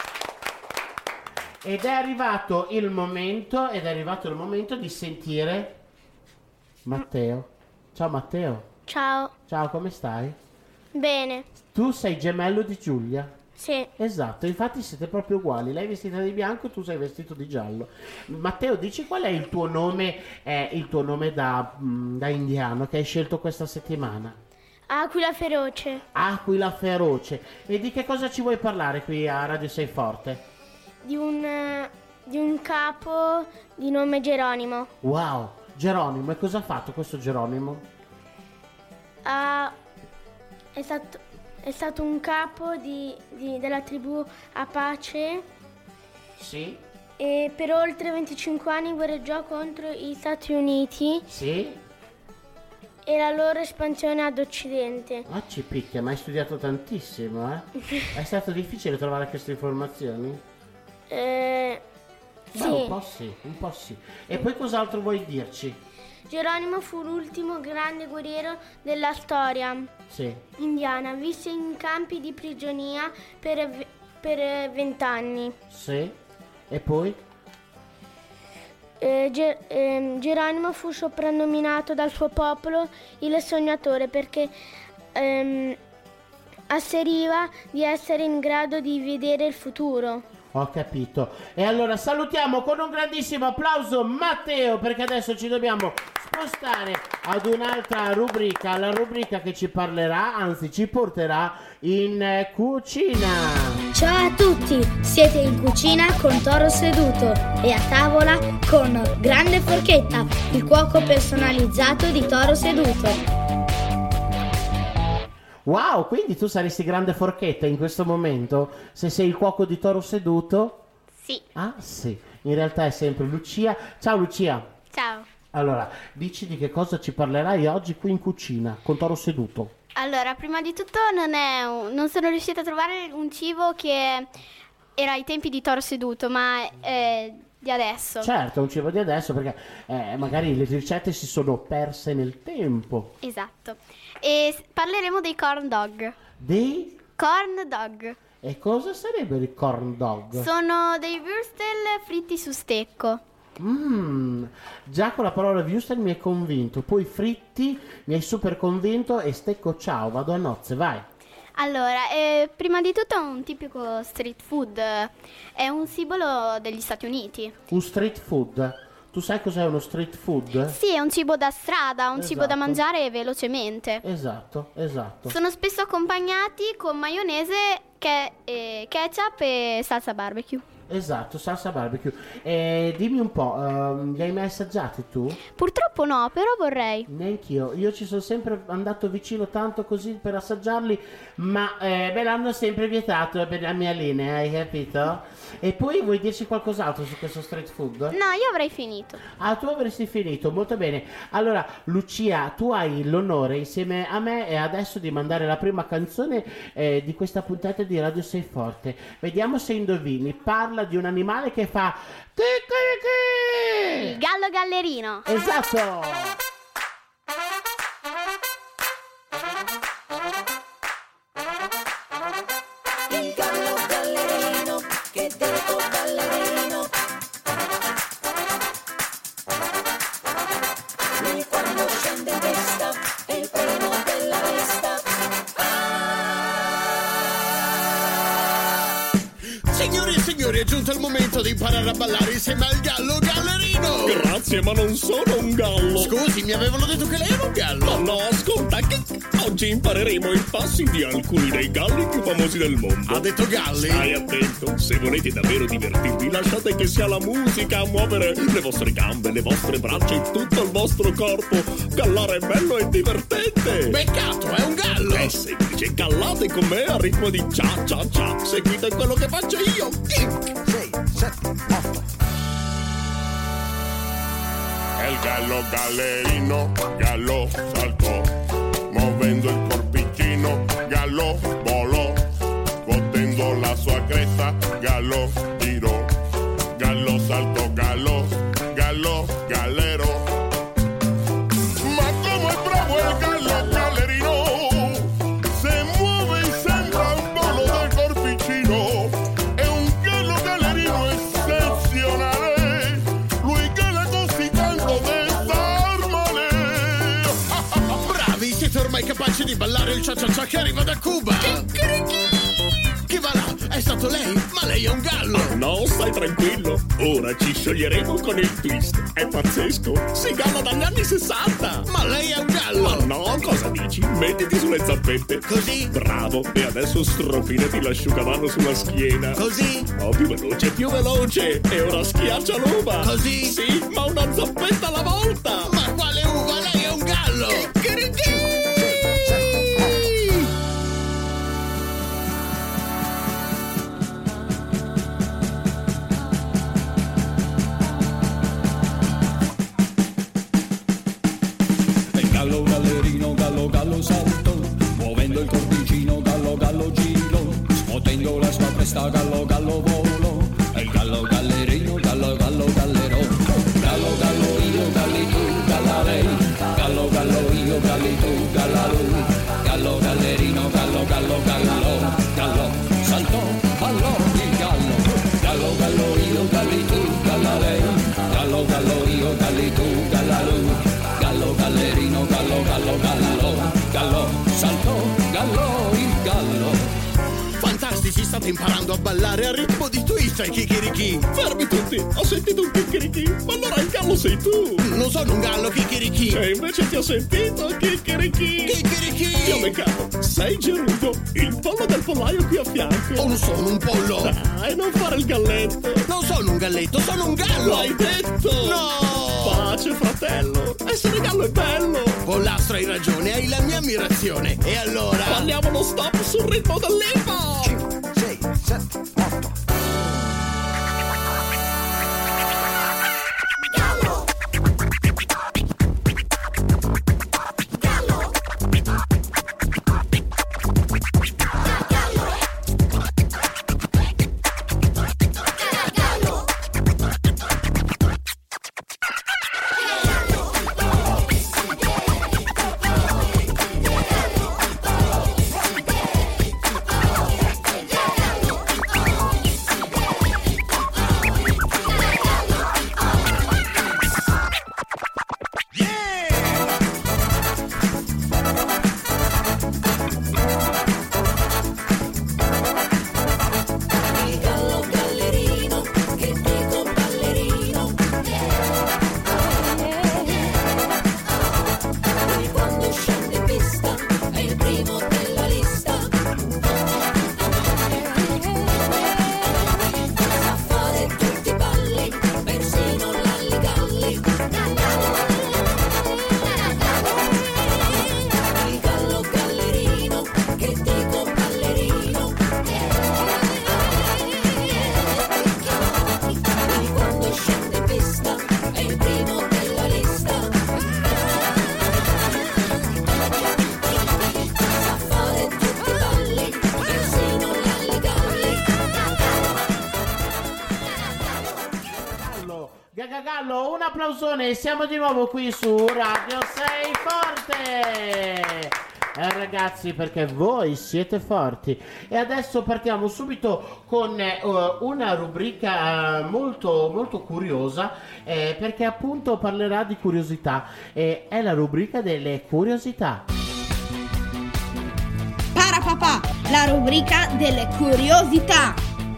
[SPEAKER 1] Ed è arrivato il momento, ed è arrivato il momento di sentire Matteo. Ciao Matteo.
[SPEAKER 4] Ciao.
[SPEAKER 1] Ciao, come stai?
[SPEAKER 4] Bene.
[SPEAKER 1] Tu sei gemello di Giulia.
[SPEAKER 4] Sì.
[SPEAKER 1] Esatto, infatti siete proprio uguali. Lei è vestita di bianco, tu sei vestito di giallo. Matteo, dici qual è il tuo nome, eh, il tuo nome da, mh, da indiano che hai scelto questa settimana?
[SPEAKER 4] Aquila feroce.
[SPEAKER 1] Aquila feroce. E di che cosa ci vuoi parlare qui a Radio Sei Forte?
[SPEAKER 4] Di un, eh, di un capo di nome Geronimo.
[SPEAKER 1] Wow, Geronimo, e cosa ha fatto questo Geronimo?
[SPEAKER 4] Ah, è stato, è stato un capo di, di- della tribù Apache
[SPEAKER 1] Sì,
[SPEAKER 4] e per oltre venticinque anni guerreggiò contro gli Stati Uniti
[SPEAKER 1] sì.
[SPEAKER 4] e la loro espansione ad occidente.
[SPEAKER 1] Ah, ci picchia, ma hai studiato tantissimo, eh? È stato difficile trovare queste informazioni?
[SPEAKER 4] Eh,
[SPEAKER 1] Beh, un
[SPEAKER 4] sì,
[SPEAKER 1] po' sì, un po' sì. E poi cos'altro vuoi dirci?
[SPEAKER 4] Geronimo fu l'ultimo grande guerriero della storia
[SPEAKER 1] Sì.
[SPEAKER 4] indiana. Visse in campi di prigionia per ve- per eh, vent'anni.
[SPEAKER 1] Sì, e poi?
[SPEAKER 4] Eh, Ge- ehm, Geronimo fu soprannominato dal suo popolo il sognatore perché ehm, asseriva di essere in grado di vedere il futuro.
[SPEAKER 1] Ho capito. E allora salutiamo con un grandissimo applauso Matteo, perché adesso ci dobbiamo spostare ad un'altra rubrica, la rubrica che ci parlerà, anzi ci porterà in eh, cucina.
[SPEAKER 6] Ciao a tutti, siete in cucina con Toro Seduto e a tavola con Grande Forchetta, il cuoco personalizzato di Toro Seduto.
[SPEAKER 1] Wow, quindi tu saresti Grande Forchetta in questo momento, se sei il cuoco di Toro Seduto?
[SPEAKER 4] Sì.
[SPEAKER 1] Ah sì, in realtà è sempre Lucia. Ciao Lucia.
[SPEAKER 4] Ciao.
[SPEAKER 1] Allora, dici di che cosa ci parlerai oggi qui in cucina con Toro Seduto?
[SPEAKER 7] Allora, prima di tutto non, è un- non sono riuscita a trovare un cibo che era ai tempi di Toro Seduto, ma è di adesso.
[SPEAKER 1] Certo, è un cibo di adesso perché eh, magari le ricette si sono perse nel tempo.
[SPEAKER 7] Esatto. E s- parleremo dei corn dog.
[SPEAKER 1] Dei?
[SPEAKER 7] Corn dog.
[SPEAKER 1] E cosa sarebbero i corn dog?
[SPEAKER 7] Sono dei würstel fritti su stecco.
[SPEAKER 1] Mmm, già con la parola Wurstel mi hai convinto, poi fritti mi hai super convinto e stecco ciao, vado a nozze, vai.
[SPEAKER 7] Allora, eh, prima di tutto è un tipico street food. È un simbolo degli Stati Uniti.
[SPEAKER 1] Un street food. Tu sai cos'è uno street food?
[SPEAKER 7] Sì, è un cibo da strada, un cibo da
[SPEAKER 1] Esatto.
[SPEAKER 7] mangiare velocemente.
[SPEAKER 1] Esatto, esatto.
[SPEAKER 7] Sono spesso accompagnati con maionese, che- eh, ketchup e salsa barbecue.
[SPEAKER 1] Esatto, salsa barbecue. E dimmi un po', ehm, li hai mai assaggiati tu?
[SPEAKER 7] Purtroppo no, però vorrei.
[SPEAKER 1] Neanch'io, io ci sono sempre andato vicino tanto così per assaggiarli, ma eh, me l'hanno sempre vietato per la mia linea, hai capito? E poi vuoi dirci qualcos'altro su questo street food?
[SPEAKER 7] No, io avrei finito.
[SPEAKER 1] Ah, tu avresti finito, molto bene. Allora, Lucia, tu hai l'onore insieme a me e adesso di mandare la prima canzone eh, di questa puntata di Radio Sei Forte. Vediamo se indovini. Parla di un animale che fa
[SPEAKER 7] Il
[SPEAKER 1] Kikeriki!
[SPEAKER 7] gallo gallerino.
[SPEAKER 1] Esatto!
[SPEAKER 8] Signore e signori, è giunto il momento di imparare a ballare insieme al gallo gallerino.
[SPEAKER 9] Grazie, ma non sono un gallo.
[SPEAKER 8] Scusi, mi avevano detto che lei era un gallo.
[SPEAKER 9] Ma no, ascolta, che oggi impareremo i passi di alcuni dei galli più famosi del mondo.
[SPEAKER 8] Ha detto galli?
[SPEAKER 9] Stai attento, se volete davvero divertirvi, lasciate che sia la musica a muovere le vostre gambe, le vostre braccia e tutto il vostro corpo. Gallare è bello e divertente.
[SPEAKER 8] Peccato, è un gallo.
[SPEAKER 9] È semplice, gallate con me a ritmo di cia cia cia. Seguite quello che faccio io.
[SPEAKER 8] sei, sette, otto.
[SPEAKER 10] È il gallo gallerino, gallo saltò, muovendo il corpicino, gallo volò. salto gallo, gallo, gallero. Ma come è bravo il gallo gallerino, se muove e sembra un volo del corpicino. È un gallo gallerino eccezionale, lui galla così tanto desarmale. Bravi, siete ormai capaci di ballare il cia-cia-cia che arriva da Cuba. Chi va là? È stato lei? Ma lei è un gallo!
[SPEAKER 9] No, stai tranquillo. Ora ci scioglieremo con il twist. È pazzesco. Si galla dagli anni sessanta.
[SPEAKER 10] Ma lei è un gallo!
[SPEAKER 9] Ma no, cosa dici? Mettiti sulle zappette.
[SPEAKER 10] Così?
[SPEAKER 9] Bravo. E adesso stropinati l'asciugamano sulla schiena.
[SPEAKER 10] Così?
[SPEAKER 9] Oh, più veloce, più veloce. E ora schiaccia l'uva.
[SPEAKER 10] Così?
[SPEAKER 9] Sì, ma una zappetta alla volta.
[SPEAKER 10] Ma quale uva? Lei è un gallo!
[SPEAKER 11] Gallo gallerino, gallo gallo salto, muovendo il corpicino, gallo gallo giro, scuotendo la sua testa, gallo gallo volo, e il gallo gallerino, gallo gallo gallero, gallo gallo io, galli tu, galla lei, gallo gallo io, galli tu, galla lui, gallo gallerino, gallo gallo gallo, gallo salto, ballo il gallo, gallo gallo io, galli tu, galla lei, gallo gallo io, galli tu, galla lui. Gallo gallerino, gallo gallo gallo, gallo salto, gallo il gallo.
[SPEAKER 10] Fantastici, state imparando a ballare al ritmo di twist e chicchirichì.
[SPEAKER 9] Fermi tutti, ho sentito un chicchirichì. Ma allora il gallo sei tu.
[SPEAKER 10] Non sono un gallo, chicchirichì.
[SPEAKER 9] E invece ti ho sentito chicchirichì.
[SPEAKER 10] Chicchirichì.
[SPEAKER 9] Io beccato, sei Gerudo, il pollo del pollaio qui a fianco.
[SPEAKER 10] Oh, non sono un pollo.
[SPEAKER 9] Dai, non fare il galletto.
[SPEAKER 10] Non sono un galletto, sono un gallo.
[SPEAKER 9] L'hai detto.
[SPEAKER 10] No.
[SPEAKER 9] Pace, fratello. Essere gallo è bello.
[SPEAKER 10] Pollastro, hai ragione, hai la mia ammirazione. E allora?
[SPEAKER 9] Balliamo lo stop sul ritmo dell'hip hop.
[SPEAKER 10] cinque, sei, sette, otto.
[SPEAKER 1] Gagagallo, un applausone, siamo di nuovo qui su Radio sei Forte. Eh, ragazzi, perché voi siete forti. E adesso partiamo subito con eh, una rubrica eh, molto molto curiosa, eh, perché appunto parlerà di curiosità. Eh, è la rubrica delle curiosità.
[SPEAKER 5] Parapapà, la rubrica delle curiosità.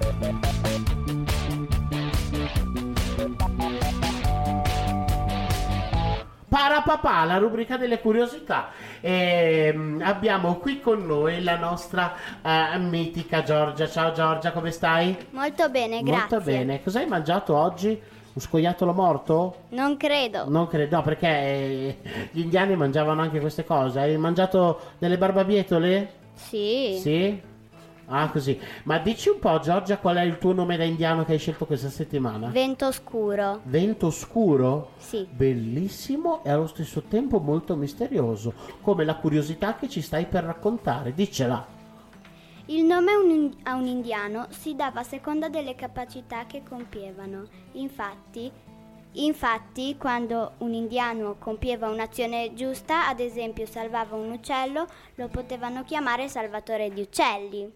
[SPEAKER 1] Parapapà, la rubrica delle curiosità. E, abbiamo qui con noi la nostra uh, mitica Giorgia. Ciao Giorgia, come stai?
[SPEAKER 4] Molto bene, grazie.
[SPEAKER 1] Molto bene. Cosa hai mangiato oggi? Un scoiattolo morto?
[SPEAKER 4] Non credo.
[SPEAKER 1] Non credo, no, perché eh, gli indiani mangiavano anche queste cose. Hai mangiato delle barbabietole?
[SPEAKER 4] Sì.
[SPEAKER 1] Sì? Ah, così. Ma dici un po', Giorgia, qual è il tuo nome da indiano che hai scelto questa settimana?
[SPEAKER 4] Vento scuro.
[SPEAKER 1] Vento scuro?
[SPEAKER 4] Sì.
[SPEAKER 1] Bellissimo e allo stesso tempo molto misterioso, come la curiosità che ci stai per raccontare. Diccela.
[SPEAKER 4] Il nome a un, a un indiano si dava a seconda delle capacità che compievano. Infatti, infatti, quando un indiano compieva un'azione giusta, ad esempio salvava un uccello, lo potevano chiamare salvatore di uccelli.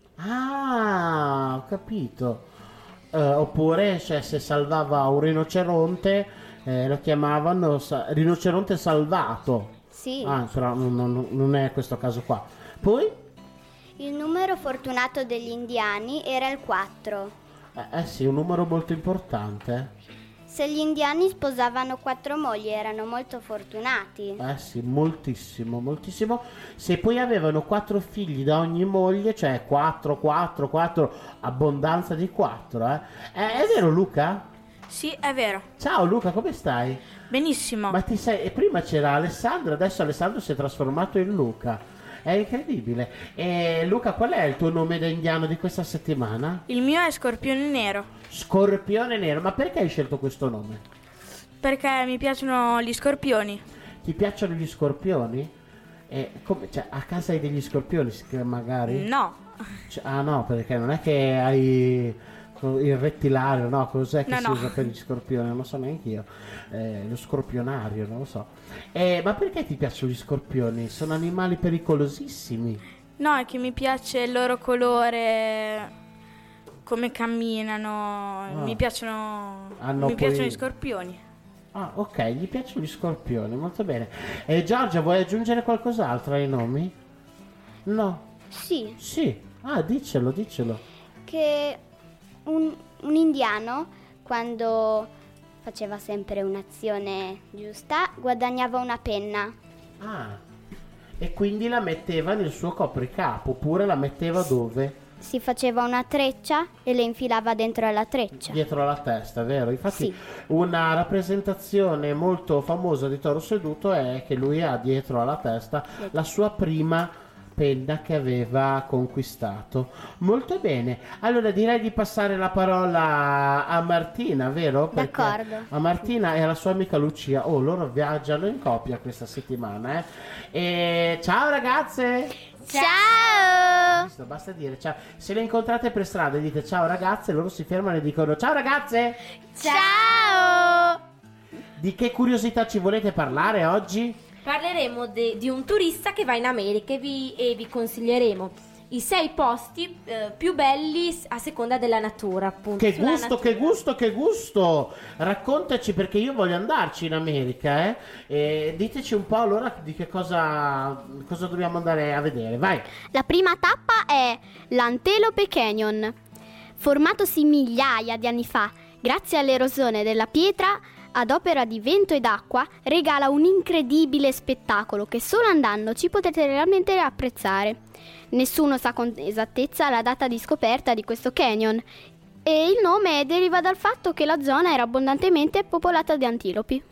[SPEAKER 1] Ah, ho capito. Eh, oppure cioè, se salvava un rinoceronte, eh, lo chiamavano sa- rinoceronte salvato.
[SPEAKER 4] Sì.
[SPEAKER 1] Ah, però non, non- non è questo caso qua. Poi?
[SPEAKER 4] Il numero fortunato degli indiani era il quattro.
[SPEAKER 1] Eh, eh sì, un numero molto importante.
[SPEAKER 4] Se gli indiani sposavano quattro mogli erano molto fortunati.
[SPEAKER 1] Eh sì, moltissimo, moltissimo. Se poi avevano quattro figli da ogni moglie, cioè quattro, quattro, quattro, abbondanza di quattro, eh. Eh, è vero Luca?
[SPEAKER 12] Sì, è vero.
[SPEAKER 1] Ciao Luca, come stai?
[SPEAKER 12] Benissimo.
[SPEAKER 1] Ma ti sei... e prima c'era Alessandro, adesso Alessandro si è trasformato in Luca. È incredibile. E Luca, qual è il tuo nome da indiano di questa settimana?
[SPEAKER 12] Il mio è Scorpione Nero.
[SPEAKER 1] Scorpione Nero. Ma perché hai scelto questo nome?
[SPEAKER 12] Perché mi piacciono gli scorpioni.
[SPEAKER 1] Ti piacciono gli scorpioni? E come, cioè, a casa hai degli scorpioni magari?
[SPEAKER 12] No.
[SPEAKER 1] Cioè, ah no, perché non è che hai il rettilario, no? Cos'è che
[SPEAKER 12] No,
[SPEAKER 1] si
[SPEAKER 12] no.
[SPEAKER 1] usa per gli scorpioni? Non lo so neanche io. Eh, lo scorpionario, non lo so. Eh, ma perché ti piacciono gli scorpioni? Sono animali pericolosissimi.
[SPEAKER 12] No, è che mi piace il loro colore, come camminano. Mi piacciono.
[SPEAKER 1] Hanno
[SPEAKER 12] mi
[SPEAKER 1] poi-
[SPEAKER 12] piacciono gli scorpioni.
[SPEAKER 1] Ah, ok, gli piacciono gli scorpioni, molto bene. E Giorgia, vuoi aggiungere qualcos'altro ai nomi? No?
[SPEAKER 4] Sì,
[SPEAKER 1] Sì. Ah, diccelo, diccelo.
[SPEAKER 4] che un, un indiano, quando faceva sempre un'azione giusta, guadagnava una penna.
[SPEAKER 1] Ah, e quindi la metteva nel suo copricapo, oppure la metteva dove?
[SPEAKER 4] Si faceva una treccia e le infilava dentro alla treccia.
[SPEAKER 1] Dietro la testa, vero? Infatti
[SPEAKER 4] Sì.
[SPEAKER 1] una rappresentazione molto famosa di Toro Seduto è che lui ha dietro alla testa la sua prima penna che aveva conquistato. Molto bene. Allora direi di passare la parola a Martina, vero? Perché
[SPEAKER 4] D'accordo.
[SPEAKER 1] a Martina e alla sua amica Lucia. Oh, loro viaggiano in coppia questa settimana, eh? E ciao ragazze!
[SPEAKER 4] Ciao!
[SPEAKER 1] Visto, basta dire ciao. Se le incontrate per strada e dite ciao ragazze, loro si fermano e dicono ciao ragazze!
[SPEAKER 4] Ciao!
[SPEAKER 1] Di che curiosità ci volete parlare oggi?
[SPEAKER 3] Parleremo de- di un turista che va in America e vi, e vi consiglieremo i sei posti eh, più belli s- a seconda della natura, appunto.
[SPEAKER 1] Che
[SPEAKER 3] sulla
[SPEAKER 1] gusto,
[SPEAKER 3] natura.
[SPEAKER 1] che gusto, che gusto! Raccontaci perché io voglio andarci in America, eh? E diteci un po' allora di che cosa, cosa dobbiamo andare a vedere, vai!
[SPEAKER 7] La prima tappa è l'Antelope Canyon. Formatosi migliaia di anni fa, grazie all'erosione della pietra, ad opera di vento ed acqua, regala un incredibile spettacolo che solo andandoci potete realmente apprezzare. Nessuno sa con esattezza la data di scoperta di questo canyon e il nome deriva dal fatto che la zona era abbondantemente popolata di antilopi.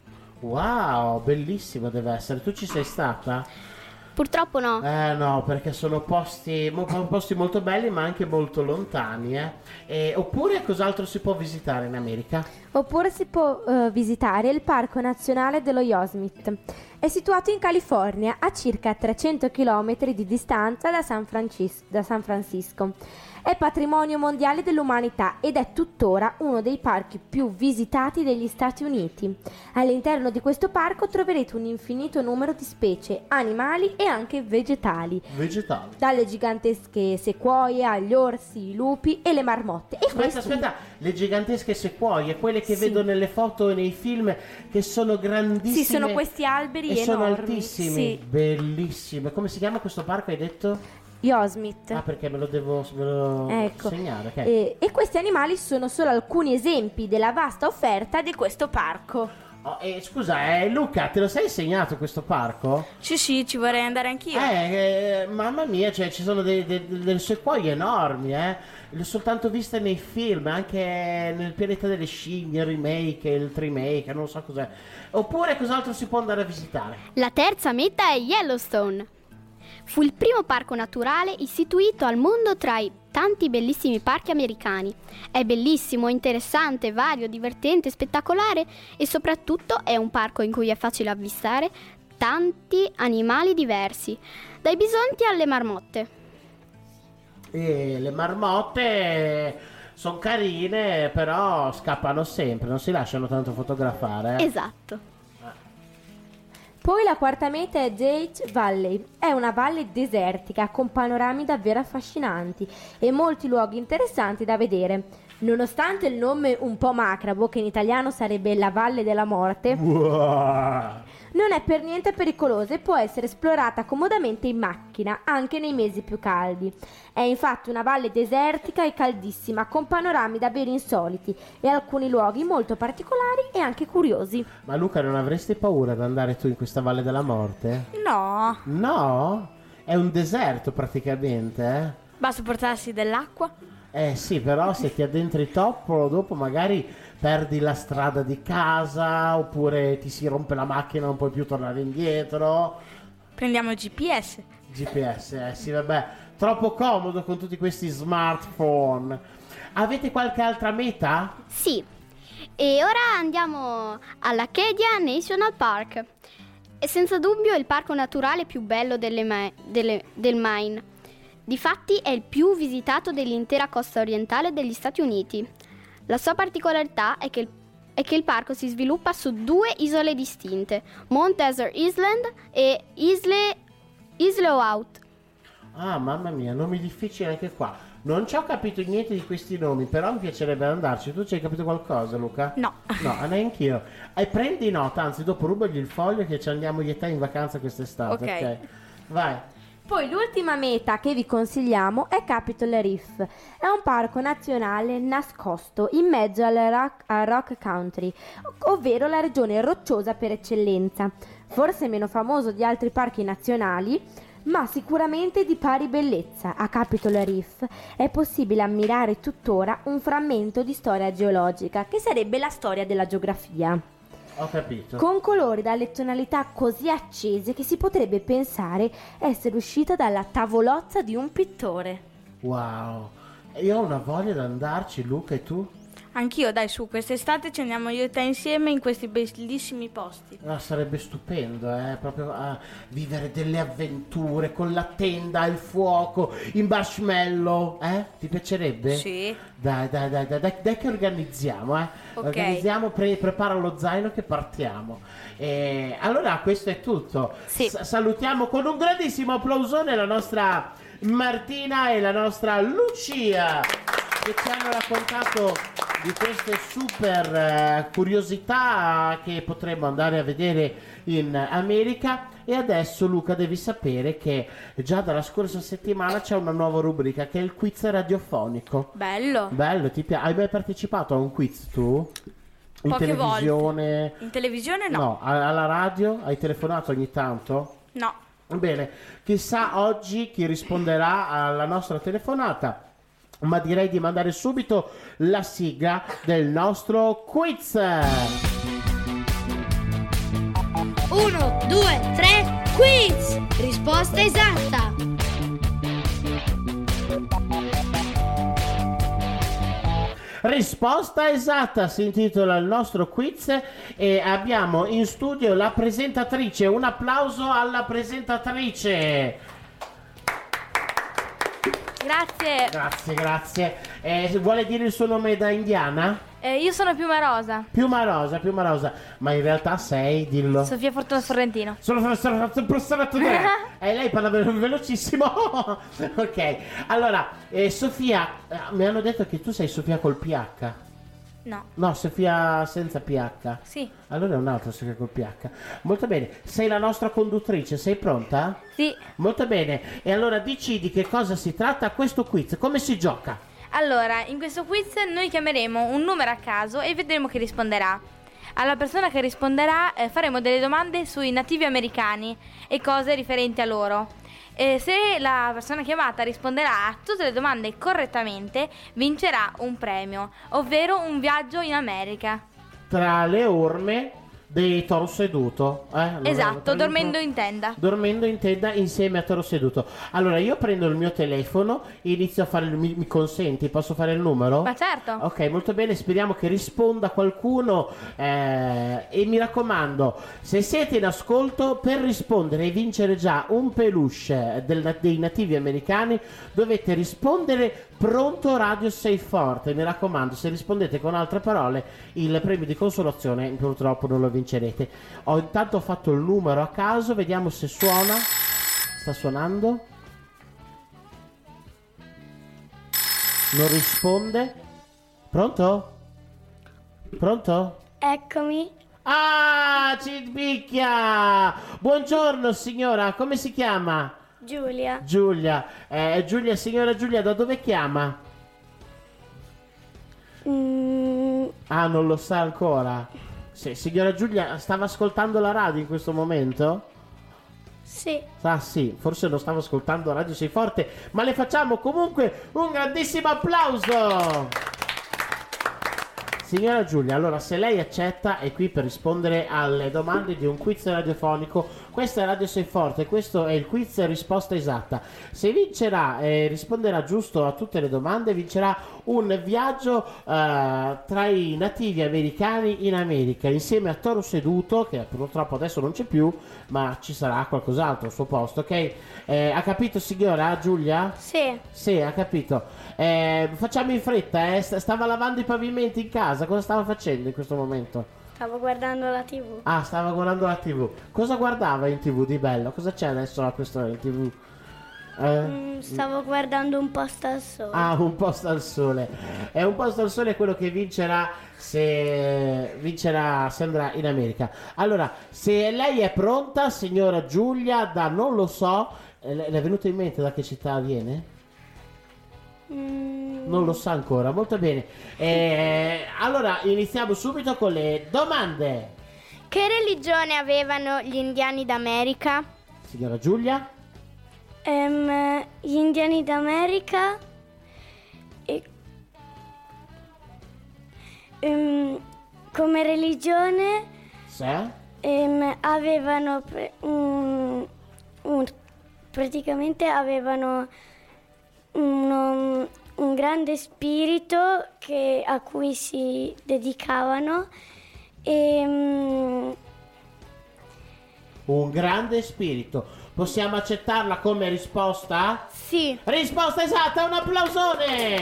[SPEAKER 1] Wow, bellissimo deve essere. Tu ci sei stata?
[SPEAKER 7] Purtroppo no.
[SPEAKER 1] Eh no, perché sono posti, mo- posti molto belli ma anche molto lontani, eh. E, oppure cos'altro si può visitare in America?
[SPEAKER 3] Oppure si può eh, visitare il Parco Nazionale dello Yosemite. È situato in California, a circa trecento chilometri di distanza da San, Francis- da San Francisco. È patrimonio mondiale dell'umanità ed è tuttora uno dei parchi più visitati degli Stati Uniti. All'interno di questo parco troverete un infinito numero di specie animali e anche vegetali,
[SPEAKER 1] Vegetali.
[SPEAKER 3] dalle gigantesche sequoie agli orsi, i lupi e le marmotte. E
[SPEAKER 1] Aspetta,
[SPEAKER 3] questi-
[SPEAKER 1] aspetta, le gigantesche sequoie, quelle che
[SPEAKER 3] Sì.
[SPEAKER 1] vedo nelle foto e nei film, che sono grandissime.
[SPEAKER 3] Sì, sono questi alberi
[SPEAKER 1] e sono
[SPEAKER 3] enormi.
[SPEAKER 1] altissimi,
[SPEAKER 3] Sì.
[SPEAKER 1] bellissime. Come si chiama questo parco, hai detto?
[SPEAKER 3] Yosemite.
[SPEAKER 1] Ah, perché me lo devo, me lo
[SPEAKER 3] Ecco.
[SPEAKER 1] segnare, ok.
[SPEAKER 3] E, e questi animali sono solo alcuni esempi della vasta offerta di questo parco.
[SPEAKER 1] Oh, eh, scusa, eh, Luca, te lo sei segnato questo parco?
[SPEAKER 12] Sì, sì, ci vorrei andare anch'io.
[SPEAKER 1] Eh, eh, mamma mia, cioè ci sono dei- dei- delle sequoie enormi, eh. Le ho soltanto viste nei film, anche nel pianeta delle scimmie, il remake, il remake, non so cos'è. Oppure cos'altro si può andare a visitare?
[SPEAKER 7] La terza meta è Yellowstone. Fu il primo parco naturale istituito al mondo tra i tanti bellissimi parchi americani. È bellissimo, interessante, vario, divertente, spettacolare e soprattutto è un parco in cui è facile avvistare tanti animali diversi, dai bisonti alle marmotte.
[SPEAKER 1] E le marmotte sono carine, però scappano sempre, non si lasciano tanto fotografare. eh.
[SPEAKER 7] Esatto.
[SPEAKER 3] Poi la quarta meta è Death Valley. È una valle desertica con panorami davvero affascinanti e molti luoghi interessanti da vedere. Nonostante il nome un po' macabro, che in italiano sarebbe la Valle della Morte,
[SPEAKER 1] Uah.
[SPEAKER 3] non è per niente pericolosa e può essere esplorata comodamente in macchina anche nei mesi più caldi. È infatti una valle desertica e caldissima con panorami davvero insoliti e alcuni luoghi molto particolari e anche curiosi.
[SPEAKER 1] Ma Luca, non avresti paura di andare tu in questa Valle della Morte?
[SPEAKER 12] No,
[SPEAKER 1] No? È un deserto praticamente, eh?
[SPEAKER 12] basta portarsi dell'acqua.
[SPEAKER 1] Eh sì, però se ti addentri troppo, dopo magari perdi la strada di casa, oppure ti si rompe la macchina, non puoi più tornare indietro.
[SPEAKER 12] Prendiamo il G P S.
[SPEAKER 1] G P S, eh sì, vabbè, troppo comodo con tutti questi smartphone. Avete qualche altra meta?
[SPEAKER 7] Sì. E ora andiamo all'Acadia National Park. È senza dubbio il parco naturale più bello delle Ma- delle- del Maine. Difatti è il più visitato dell'intera costa orientale degli Stati Uniti. La sua particolarità è che il, è che il parco si sviluppa su due isole distinte, Mount Desert Island e Isle Isleout.
[SPEAKER 1] Ah, mamma mia, nomi difficili anche qua. Non ci ho capito niente di questi nomi, però mi piacerebbe andarci. Tu ci hai capito qualcosa, Luca?
[SPEAKER 12] No.
[SPEAKER 1] No, neanch'io. E prendi nota, anzi dopo rubagli il foglio che ci andiamo io e te in vacanza quest'estate.
[SPEAKER 3] Ok.
[SPEAKER 1] Ok. Vai.
[SPEAKER 3] Poi l'ultima meta che vi consigliamo è Capitol Reef. È un parco nazionale nascosto in mezzo al rock, al rock country, ovvero la regione rocciosa per eccellenza. Forse meno famoso di altri parchi nazionali, ma sicuramente di pari bellezza. A Capitol Reef è possibile ammirare tuttora un frammento di storia geologica, che sarebbe la storia della geografia.
[SPEAKER 1] Ho capito.
[SPEAKER 3] Con colori dalle tonalità così accese che si potrebbe pensare essere uscita dalla tavolozza di un pittore.
[SPEAKER 1] Wow. Io ho una voglia di andarci, Luca, e tu?
[SPEAKER 12] Anch'io, dai, su, quest'estate ci andiamo io e te insieme in questi bellissimi posti.
[SPEAKER 1] Ah, sarebbe stupendo, eh, proprio a vivere delle avventure con la tenda, il fuoco, i marshmallow, eh? Ti piacerebbe?
[SPEAKER 12] Sì.
[SPEAKER 1] Dai, dai, dai, dai, dai, dai che organizziamo, eh?
[SPEAKER 12] Ok.
[SPEAKER 1] Organizziamo, pre- prepara lo zaino che partiamo. E allora questo è tutto.
[SPEAKER 3] Sì.
[SPEAKER 1] S- salutiamo con un grandissimo applausone la nostra Martina e la nostra Lucia, che ci hanno raccontato di queste super eh, curiosità che potremmo andare a vedere in America. E adesso, Luca, devi sapere che già dalla scorsa settimana c'è una nuova rubrica che è il quiz radiofonico.
[SPEAKER 12] Bello.
[SPEAKER 1] Bello, ti piace? Hai mai partecipato a un quiz tu? In
[SPEAKER 12] Poche
[SPEAKER 1] televisione?
[SPEAKER 12] volte. In televisione no.
[SPEAKER 1] No, a- alla radio? Hai telefonato ogni tanto?
[SPEAKER 12] No.
[SPEAKER 1] Bene, chissà oggi chi risponderà alla nostra telefonata. Ma direi di mandare subito la sigla del nostro quiz.
[SPEAKER 6] Uno, due, tre, quiz! Risposta esatta!
[SPEAKER 1] Risposta esatta si intitola il nostro quiz e abbiamo in studio la presentatrice. Un applauso alla presentatrice.
[SPEAKER 12] Grazie.
[SPEAKER 1] Grazie, grazie. Eh, vuole dire il suo nome da indiana?
[SPEAKER 12] Eh, io sono Piuma Rosa.
[SPEAKER 1] Piuma Rosa, Piuma Rosa. Ma in realtà sei, dillo.
[SPEAKER 12] Sofia Fortuna Sorrentino.
[SPEAKER 1] Sono professorato tre. E lei parla ve- velocissimo. Ok. Allora, eh, Sofia, eh, mi hanno detto che tu sei Sofia col P H.
[SPEAKER 12] No.
[SPEAKER 1] No, Sofia senza P H.
[SPEAKER 12] Sì.
[SPEAKER 1] Allora è un'altra Sofia col P H. Molto bene. Sei la nostra conduttrice, sei pronta?
[SPEAKER 12] Sì.
[SPEAKER 1] Molto bene. E allora dici di che cosa si tratta questo quiz. Come si gioca?
[SPEAKER 12] Allora, in questo quiz noi chiameremo un numero a caso e vedremo chi risponderà. Alla persona che risponderà eh, faremo delle domande sui nativi americani e cose riferenti a loro. E se la persona chiamata risponderà a tutte le domande correttamente, vincerà un premio, ovvero un viaggio in America.
[SPEAKER 1] Tra le orme dei Toro Seduto. Eh? Allora,
[SPEAKER 12] Esatto,
[SPEAKER 1] prendo-
[SPEAKER 12] dormendo in tenda.
[SPEAKER 1] Dormendo in tenda insieme a Toro Seduto. Allora io prendo il mio telefono, inizio a fare il, mi, mi consenti? Posso fare il numero?
[SPEAKER 12] Ma certo.
[SPEAKER 1] Ok, molto bene, speriamo che risponda qualcuno eh, e mi raccomando, se siete in ascolto, per rispondere e vincere già un peluche del- dei nativi americani dovete rispondere pronto Radio Sei Forte. Mi raccomando, se rispondete con altre parole il premio di consolazione purtroppo non lo vincerete. Ho intanto fatto il numero a caso, vediamo se suona. Sta suonando? Non risponde. Pronto? Pronto?
[SPEAKER 4] Eccomi.
[SPEAKER 1] Ah, ci picchia! Buongiorno signora, come si chiama?
[SPEAKER 4] Giulia.
[SPEAKER 1] Giulia. Eh, Giulia, signora Giulia, da dove chiama?
[SPEAKER 4] Mm,
[SPEAKER 1] Ah, non lo sa ancora. Sì, signora Giulia, stava ascoltando la radio in questo momento?
[SPEAKER 4] sì.
[SPEAKER 1] Ah sì, forse non stavo ascoltando Radio Sei Forte, ma le facciamo comunque un grandissimo applauso! Signora Giulia, allora se lei accetta è qui per rispondere alle domande di un quiz radiofonico. Questa è Radio Sei Forte, questo è il quiz risposta esatta. Se vincerà e risponderà giusto a tutte le domande, vincerà un viaggio eh, tra i nativi americani in America, insieme a Toro Seduto, che purtroppo adesso non c'è più, ma ci sarà qualcos'altro al suo posto, ok? Eh, ha capito signora Giulia?
[SPEAKER 4] Sì.
[SPEAKER 1] Sì, ha capito. Eh, facciamo in fretta, eh. St- Stava lavando i pavimenti in casa. Cosa stava facendo in questo momento?
[SPEAKER 4] Stavo guardando la tivù.
[SPEAKER 1] Ah, stava guardando la tivù. Cosa guardava in tivù di bello? Cosa c'è adesso a questa in tivù? Eh?
[SPEAKER 4] Mm, stavo guardando un posto al sole.
[SPEAKER 1] Ah, un posto al sole. È un posto al sole quello che vincerà se vincerà se andrà in America. Allora, se lei è pronta, signora Giulia, da non lo so, eh, le le è venuto in mente da che città viene?
[SPEAKER 4] Mm,
[SPEAKER 1] Non lo sa ancora, molto bene. Eh, allora iniziamo subito con le domande.
[SPEAKER 7] Che religione avevano gli indiani d'America?
[SPEAKER 1] Signora Giulia?
[SPEAKER 4] ehm, gli indiani d'America e, ehm, come religione
[SPEAKER 1] Sì?
[SPEAKER 4] ehm, avevano pre- un, un- praticamente avevano uno- un grande spirito che- a cui si dedicavano e mm,
[SPEAKER 1] Un grande spirito. Possiamo accettarla come risposta?
[SPEAKER 7] Sì.
[SPEAKER 1] Risposta esatta, un applausone!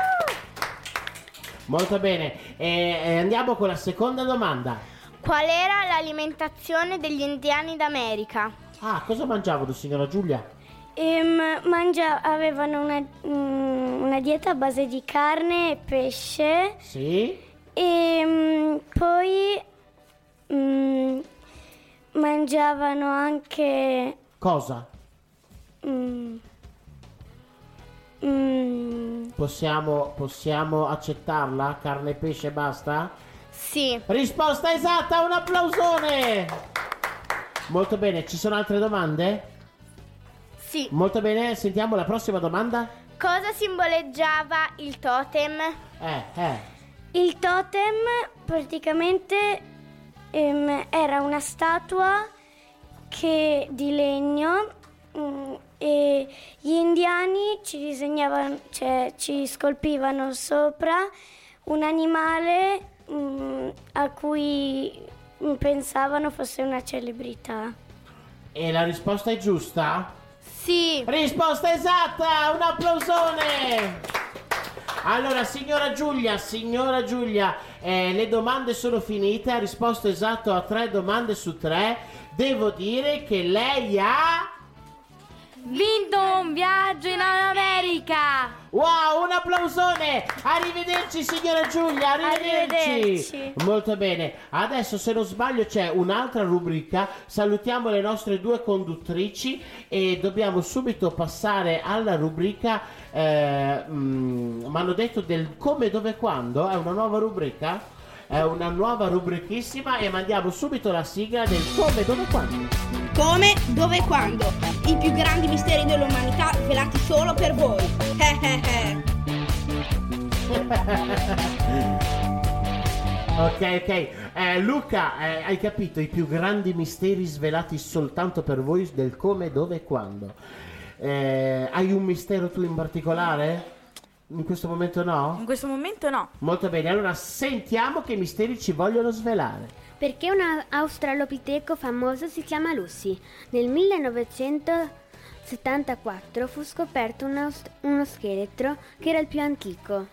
[SPEAKER 1] Molto bene. E, e andiamo con la seconda domanda.
[SPEAKER 7] Qual era l'alimentazione degli indiani d'America?
[SPEAKER 1] Ah, cosa mangiavano, signora Giulia?
[SPEAKER 4] ehm, mangia- avevano una, mm, una dieta a base di carne e pesce
[SPEAKER 1] Sì?
[SPEAKER 4] e mm, poi mm, mangiavano anche
[SPEAKER 1] Cosa?
[SPEAKER 4] mm, mm,
[SPEAKER 1] Possiamo, possiamo accettarla? Carne e pesce e basta?
[SPEAKER 7] Sì.
[SPEAKER 1] Risposta esatta, un applausone! Molto bene, ci sono altre domande?
[SPEAKER 7] Sì.
[SPEAKER 1] Molto bene, sentiamo la prossima domanda.
[SPEAKER 7] Cosa simboleggiava il totem?
[SPEAKER 1] Eh, eh.
[SPEAKER 4] il totem praticamente ehm, era una statua che di legno mm, e gli indiani ci disegnavano, cioè ci scolpivano sopra un animale mm, a cui mm, pensavano fosse una celebrità.
[SPEAKER 1] E la risposta è giusta?
[SPEAKER 7] Sì.
[SPEAKER 1] Risposta esatta, un applausone! Allora, signora Giulia, signora Giulia, eh, le domande sono finite, ha risposto esatto a tre domande su tre. Devo dire che lei ha...
[SPEAKER 12] Vinto un viaggio in America!
[SPEAKER 1] Wow, un applausone! Arrivederci signora Giulia, arrivederci.
[SPEAKER 4] Arrivederci.
[SPEAKER 1] Molto bene, adesso se non sbaglio c'è un'altra rubrica, salutiamo le nostre due conduttrici e dobbiamo subito passare alla rubrica, eh, mm, mi hanno detto del come, dove, quando, è una nuova rubrica? È una nuova rubrichissima e mandiamo subito la sigla del come, dove, quando.
[SPEAKER 5] Come, dove e quando? I più grandi misteri dell'umanità velati solo per voi. Eh eh eh.
[SPEAKER 1] Ok, ok. Eh, Luca, eh, hai capito i più grandi misteri svelati soltanto per voi del come, dove e quando. Eh, hai un mistero tu in particolare? In questo momento no?
[SPEAKER 13] In questo momento no.
[SPEAKER 1] Molto bene, allora sentiamo che misteri ci vogliono svelare.
[SPEAKER 4] Perché un australopiteco famoso si chiama Lucy? Nel millenovecentosettantaquattro fu scoperto un aust- uno scheletro che era il più antico.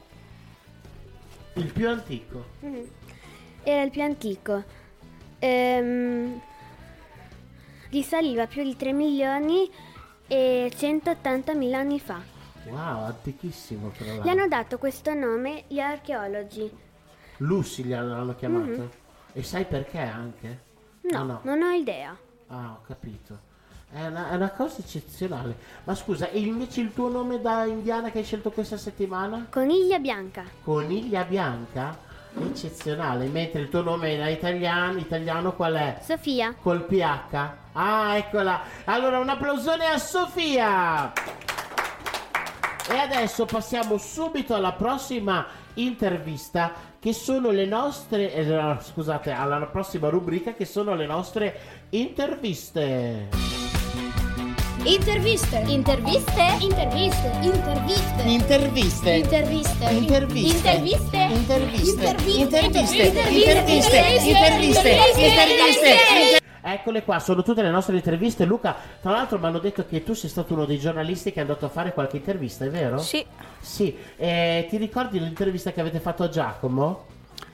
[SPEAKER 1] Il più antico?
[SPEAKER 4] Mm. Era il più antico. Ehm, risaliva più di tre milioni e centottantamila anni fa.
[SPEAKER 1] Wow, antichissimo tra l'altro.
[SPEAKER 4] Gli hanno dato questo nome gli archeologi.
[SPEAKER 1] Lucy gli hanno chiamato?
[SPEAKER 4] Mm-hmm.
[SPEAKER 1] E sai perché anche?
[SPEAKER 4] No,
[SPEAKER 1] Oh, no,
[SPEAKER 4] non ho idea.
[SPEAKER 1] Ah, ho capito. È una, è una cosa eccezionale. Ma scusa, e invece il tuo nome da indiana che hai scelto questa settimana?
[SPEAKER 4] Coniglia bianca.
[SPEAKER 1] Coniglia bianca? Eccezionale. Mentre il tuo nome da italiano, italiano qual è?
[SPEAKER 4] Sofia.
[SPEAKER 1] Col P H? Ah, eccola. Allora un applausone a Sofia. E adesso passiamo subito alla prossima intervista, che sono le nostre eh, no, scusate, alla prossima rubrica, che sono le nostre interviste.
[SPEAKER 6] Interviste. Interviste. Interviste. Interviste.
[SPEAKER 1] Interviste.
[SPEAKER 6] Interviste.
[SPEAKER 1] Interviste.
[SPEAKER 6] Interviste.
[SPEAKER 1] Interviste.
[SPEAKER 6] Interviste.
[SPEAKER 1] Interviste. Interviste. Interviste. Eccole qua, sono tutte le nostre interviste. Luca, tra l'altro mi hanno detto che tu sei stato uno dei giornalisti che è andato a fare qualche intervista, è vero?
[SPEAKER 13] Sì.
[SPEAKER 1] Sì, eh, ti ricordi l'intervista che avete fatto a Giacomo?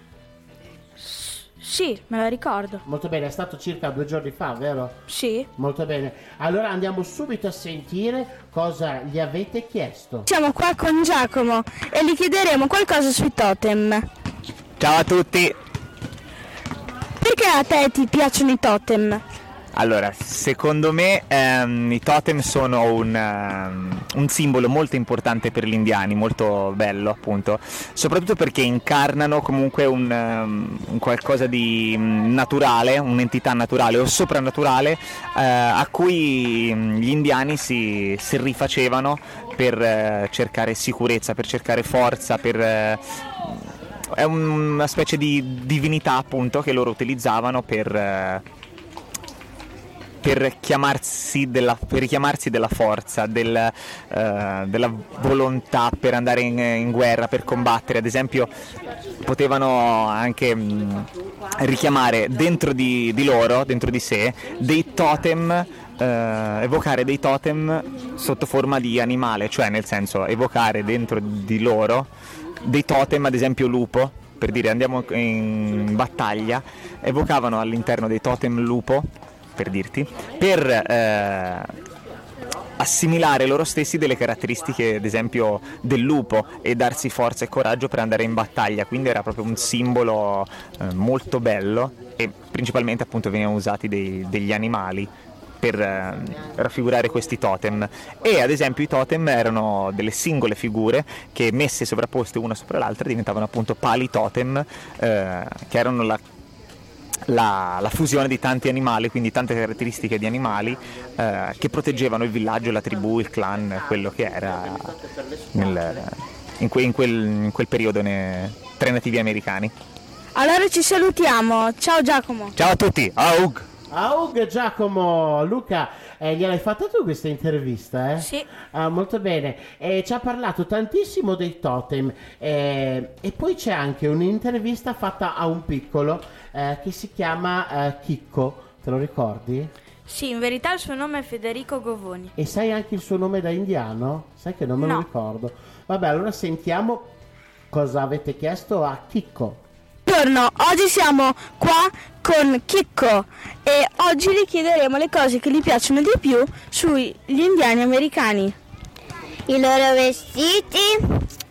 [SPEAKER 13] Sì, me la ricordo.
[SPEAKER 1] Molto bene, è stato circa due giorni fa, vero?
[SPEAKER 13] Sì.
[SPEAKER 1] Molto bene. Allora andiamo subito a sentire cosa gli avete chiesto.
[SPEAKER 14] Siamo qua con Giacomo e gli chiederemo qualcosa sui totem.
[SPEAKER 15] Ciao a tutti.
[SPEAKER 14] Perché a te ti piacciono i totem?
[SPEAKER 15] Allora, secondo me ehm, i totem sono un, um, un simbolo molto importante per gli indiani, molto bello appunto, soprattutto perché incarnano comunque un, um, un qualcosa di naturale, un'entità naturale o soprannaturale eh, a cui gli indiani si, si rifacevano per eh, cercare sicurezza, per cercare forza, per... Eh, è una specie di divinità appunto che loro utilizzavano per... Eh, per chiamarsi della, per richiamarsi della forza, del, uh, della volontà per andare in, in guerra, per combattere. Ad esempio potevano anche mh, richiamare dentro di, di loro, dentro di sé, dei totem, uh, evocare dei totem sotto forma di animale, cioè nel senso evocare dentro di loro dei totem, ad esempio lupo, per dire andiamo in battaglia, evocavano all'interno dei totem lupo, per dirti, per eh, assimilare loro stessi delle caratteristiche, ad esempio, del lupo e darsi forza e coraggio per andare in battaglia. Quindi era proprio un simbolo eh, molto bello e principalmente appunto venivano usati dei, degli animali per eh, raffigurare questi totem. E ad esempio i totem erano delle singole figure che messe sovrapposte una sopra l'altra diventavano appunto pali totem, eh, che erano la La, la fusione di tanti animali, quindi tante caratteristiche di animali eh, che proteggevano il villaggio, la tribù, il clan, quello che era nel, in, que, in, quel, in quel periodo ne, tra i nativi americani.
[SPEAKER 14] Allora ci salutiamo, ciao Giacomo.
[SPEAKER 15] Ciao a tutti, aug!
[SPEAKER 1] Aug Giacomo. Luca, eh, gliel'hai fatta tu questa intervista? Eh?
[SPEAKER 13] Sì.
[SPEAKER 1] Ah, molto bene. Eh, ci ha parlato tantissimo dei totem eh, e poi c'è anche un'intervista fatta a un piccolo eh, che si chiama eh, Chicco, te lo ricordi?
[SPEAKER 13] Sì, in verità il suo nome è Federico Govoni.
[SPEAKER 1] E sai anche il suo nome da indiano? Sai che non me lo
[SPEAKER 13] No.
[SPEAKER 1] ricordo. Vabbè, allora sentiamo cosa avete chiesto a Chicco.
[SPEAKER 14] Buongiorno, oggi siamo qua con Chicco e oggi gli chiederemo le cose che gli piacciono di più sugli indiani americani.
[SPEAKER 16] I loro vestiti,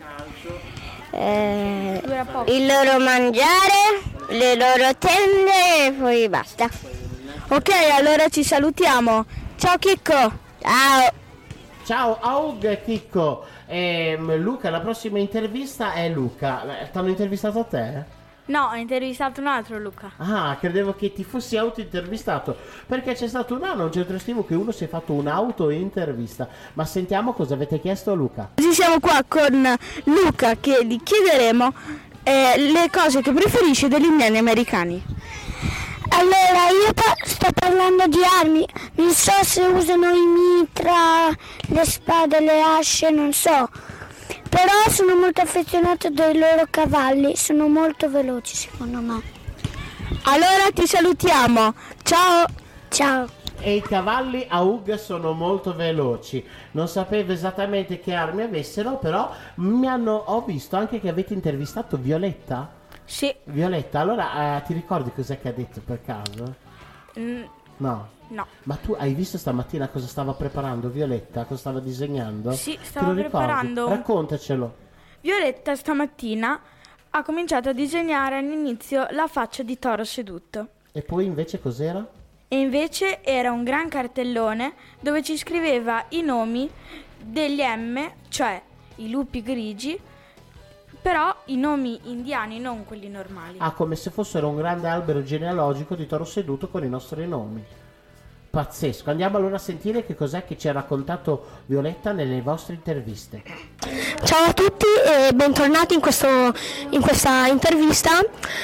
[SPEAKER 16] eh, il loro mangiare, le loro tende e poi basta.
[SPEAKER 14] Ok, allora ci salutiamo. Ciao Chicco.
[SPEAKER 16] Ciao.
[SPEAKER 1] Ciao, Aug Chicco. Ehm, Luca, la prossima intervista è Luca. Eh, T'hanno intervistato a te?
[SPEAKER 13] No, ho intervistato un altro Luca.
[SPEAKER 1] Ah, credevo che ti fossi auto-intervistato, perché c'è stato un anno, un centro estivo, che uno si è fatto un'auto-intervista. Ma sentiamo cosa avete chiesto a Luca.
[SPEAKER 14] Oggi siamo qua con Luca che gli chiederemo eh, le cose che preferisce degli indiani americani.
[SPEAKER 6] Allora, io pa- sto parlando di armi, non so se usano i mitra, le spade, le asce, non so. Però sono molto affezionato dai loro cavalli, sono molto veloci secondo me.
[SPEAKER 14] Allora ti salutiamo, ciao!
[SPEAKER 6] Ciao!
[SPEAKER 1] E i cavalli a Uga sono molto veloci. Non sapevo esattamente che armi avessero, però mi hanno, ho visto anche che avete intervistato Violetta.
[SPEAKER 13] Sì.
[SPEAKER 1] Violetta, allora eh, ti ricordi cos'è che ha detto per caso?
[SPEAKER 13] Mm,
[SPEAKER 1] No.
[SPEAKER 13] no.
[SPEAKER 1] Ma tu hai visto stamattina cosa stava preparando Violetta? Cosa stava disegnando?
[SPEAKER 13] Sì,
[SPEAKER 1] Te
[SPEAKER 13] stava
[SPEAKER 1] lo ricordi?
[SPEAKER 13] preparando.
[SPEAKER 1] Raccontacelo.
[SPEAKER 13] Violetta stamattina ha cominciato a disegnare all'inizio la faccia di Toro seduto.
[SPEAKER 1] E poi invece cos'era?
[SPEAKER 13] E invece era un gran cartellone dove ci scriveva i nomi degli M, cioè i lupi grigi, però i nomi indiani, non quelli normali.
[SPEAKER 1] Ah, come se fossero un grande albero genealogico di Toro seduto con i nostri nomi. Pazzesco. Andiamo allora a sentire che cos'è che ci ha raccontato Violetta nelle vostre interviste.
[SPEAKER 6] Ciao a tutti e bentornati in, questo, in questa intervista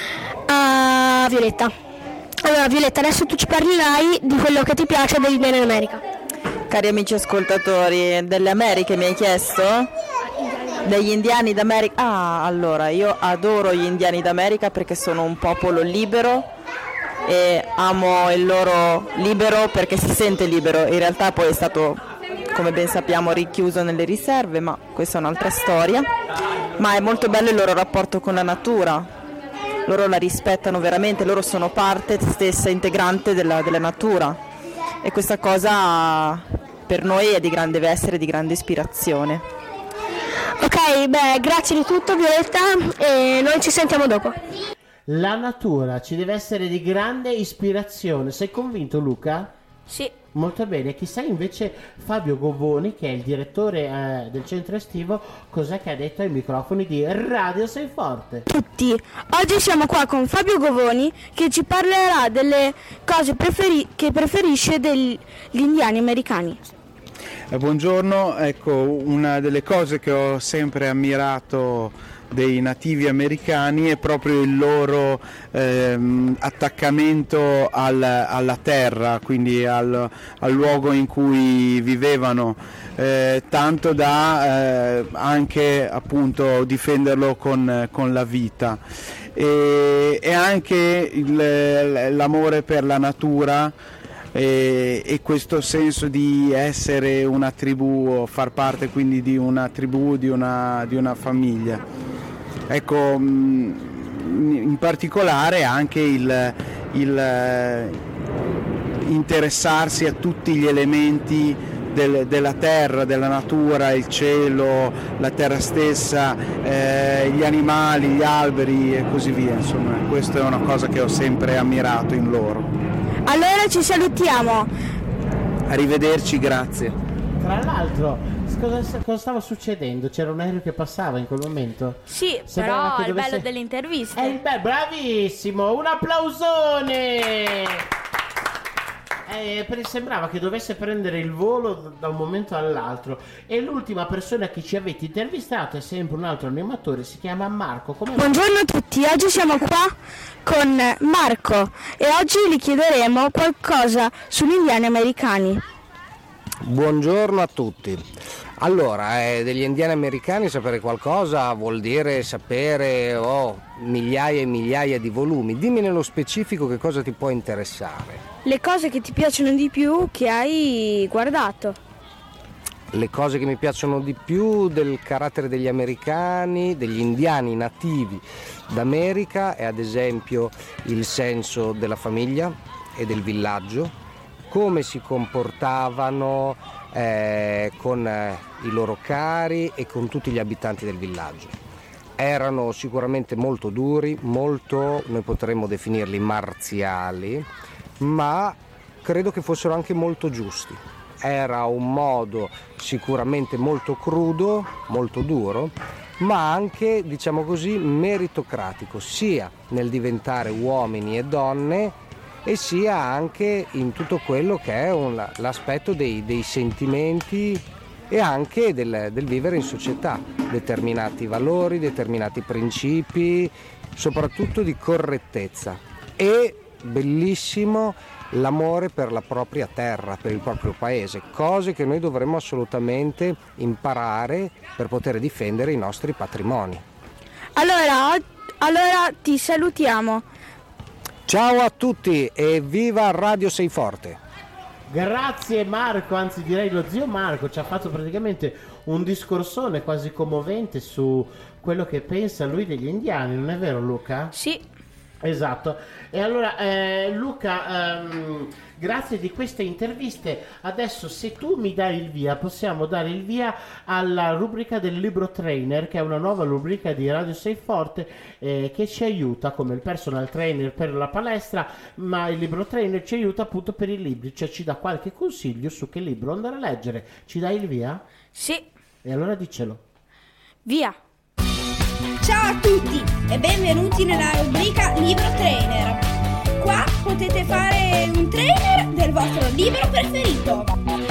[SPEAKER 6] a Violetta. Allora Violetta, adesso tu ci parlerai di quello che ti piace degli indiani in America.
[SPEAKER 17] Cari amici ascoltatori, delle Americhe mi hai chiesto? Degli indiani d'America? Ah, allora, io adoro gli indiani d'America perché sono un popolo libero e amo il loro libero perché si sente libero. In realtà poi è stato, come ben sappiamo, richiuso nelle riserve, ma questa è un'altra storia. Ma è molto bello il loro rapporto con la natura. Loro la rispettano veramente, loro sono parte stessa integrante della, della natura e questa cosa per noi è di grande, deve essere di grande ispirazione.
[SPEAKER 6] Ok, beh, grazie di tutto Violetta e noi ci sentiamo dopo.
[SPEAKER 1] La natura ci deve essere di grande ispirazione. Sei convinto, Luca?
[SPEAKER 13] Sì.
[SPEAKER 1] Molto bene. Chi sei invece Fabio Govoni, che è il direttore eh, del centro estivo, cos'è che ha detto ai microfoni di Radio Sei Forte?
[SPEAKER 14] Tutti, oggi siamo qua con Fabio Govoni che ci parlerà delle cose preferi- che preferisce degli indiani americani.
[SPEAKER 18] Eh, buongiorno, ecco, una delle cose che ho sempre ammirato dei nativi americani è proprio il loro ehm, attaccamento al, alla terra, quindi al, al luogo in cui vivevano, eh, tanto da eh, anche appunto difenderlo con, con la vita e, e anche il, l'amore per la natura e, e questo senso di essere una tribù, far parte quindi di una tribù, di una, di una famiglia. Ecco, in particolare anche il, il interessarsi a tutti gli elementi del, della terra, della natura, il cielo, la terra stessa, eh, gli animali, gli alberi e così via. Insomma, questa è una cosa che ho sempre ammirato in loro.
[SPEAKER 14] Allora ci salutiamo.
[SPEAKER 18] Arrivederci, grazie.
[SPEAKER 1] Tra l'altro, cosa, cosa stava succedendo? C'era un aereo che passava in quel momento?
[SPEAKER 13] Sì,
[SPEAKER 1] Sembrava
[SPEAKER 13] però
[SPEAKER 1] che
[SPEAKER 13] è il
[SPEAKER 1] dovesse-
[SPEAKER 13] bello delle interviste.
[SPEAKER 1] È il be- bravissimo, un applausone! Eh, per- sembrava che dovesse prendere il volo da un momento all'altro. E l'ultima persona che ci avete intervistato è sempre un altro animatore, si chiama Marco. Come
[SPEAKER 14] Buongiorno a tutti, oggi siamo qua con Marco e oggi gli chiederemo qualcosa sugli indiani americani.
[SPEAKER 19] Buongiorno a tutti. Allora, eh, degli indiani americani sapere qualcosa vuol dire sapere oh, migliaia e migliaia di volumi. Dimmi nello specifico che cosa ti può interessare.
[SPEAKER 14] Le cose che ti piacciono di più che hai guardato.
[SPEAKER 19] Le cose che mi piacciono di più del carattere degli americani, degli indiani nativi d'America è ad esempio il senso della famiglia e del villaggio, come si comportavano eh, con eh, i loro cari e con tutti gli abitanti del villaggio. Erano sicuramente molto duri, molto, noi potremmo definirli marziali, ma credo che fossero anche molto giusti. Era un modo sicuramente molto crudo, molto duro, ma anche, diciamo così, meritocratico, sia nel diventare uomini e donne e sia anche in tutto quello che è un, l'aspetto dei, dei sentimenti e anche del, del vivere in società, determinati valori, determinati principi, soprattutto di correttezza. E bellissimo l'amore per la propria terra, per il proprio paese, cose che noi dovremmo assolutamente imparare per poter difendere i nostri patrimoni.
[SPEAKER 14] Allora, allora ti salutiamo.
[SPEAKER 19] Ciao a tutti e viva Radio Sei Forte!
[SPEAKER 1] Grazie Marco, anzi direi lo zio Marco ci ha fatto praticamente un discorsone quasi commovente su quello che pensa lui degli indiani, non è vero Luca?
[SPEAKER 13] Sì.
[SPEAKER 1] Esatto. E allora eh, Luca, ehm, grazie di queste interviste, adesso se tu mi dai il via, possiamo dare il via alla rubrica del libro trainer, che è una nuova rubrica di Radio Sei Forte eh, che ci aiuta come il personal trainer per la palestra, ma il libro trainer ci aiuta appunto per i libri, cioè ci dà qualche consiglio su che libro andare a leggere. Ci dai il via?
[SPEAKER 13] Sì.
[SPEAKER 1] E allora dicelo.
[SPEAKER 13] Via.
[SPEAKER 20] Ciao a tutti e benvenuti nella rubrica Libro Trainer. Qua potete fare un trainer del vostro libro preferito.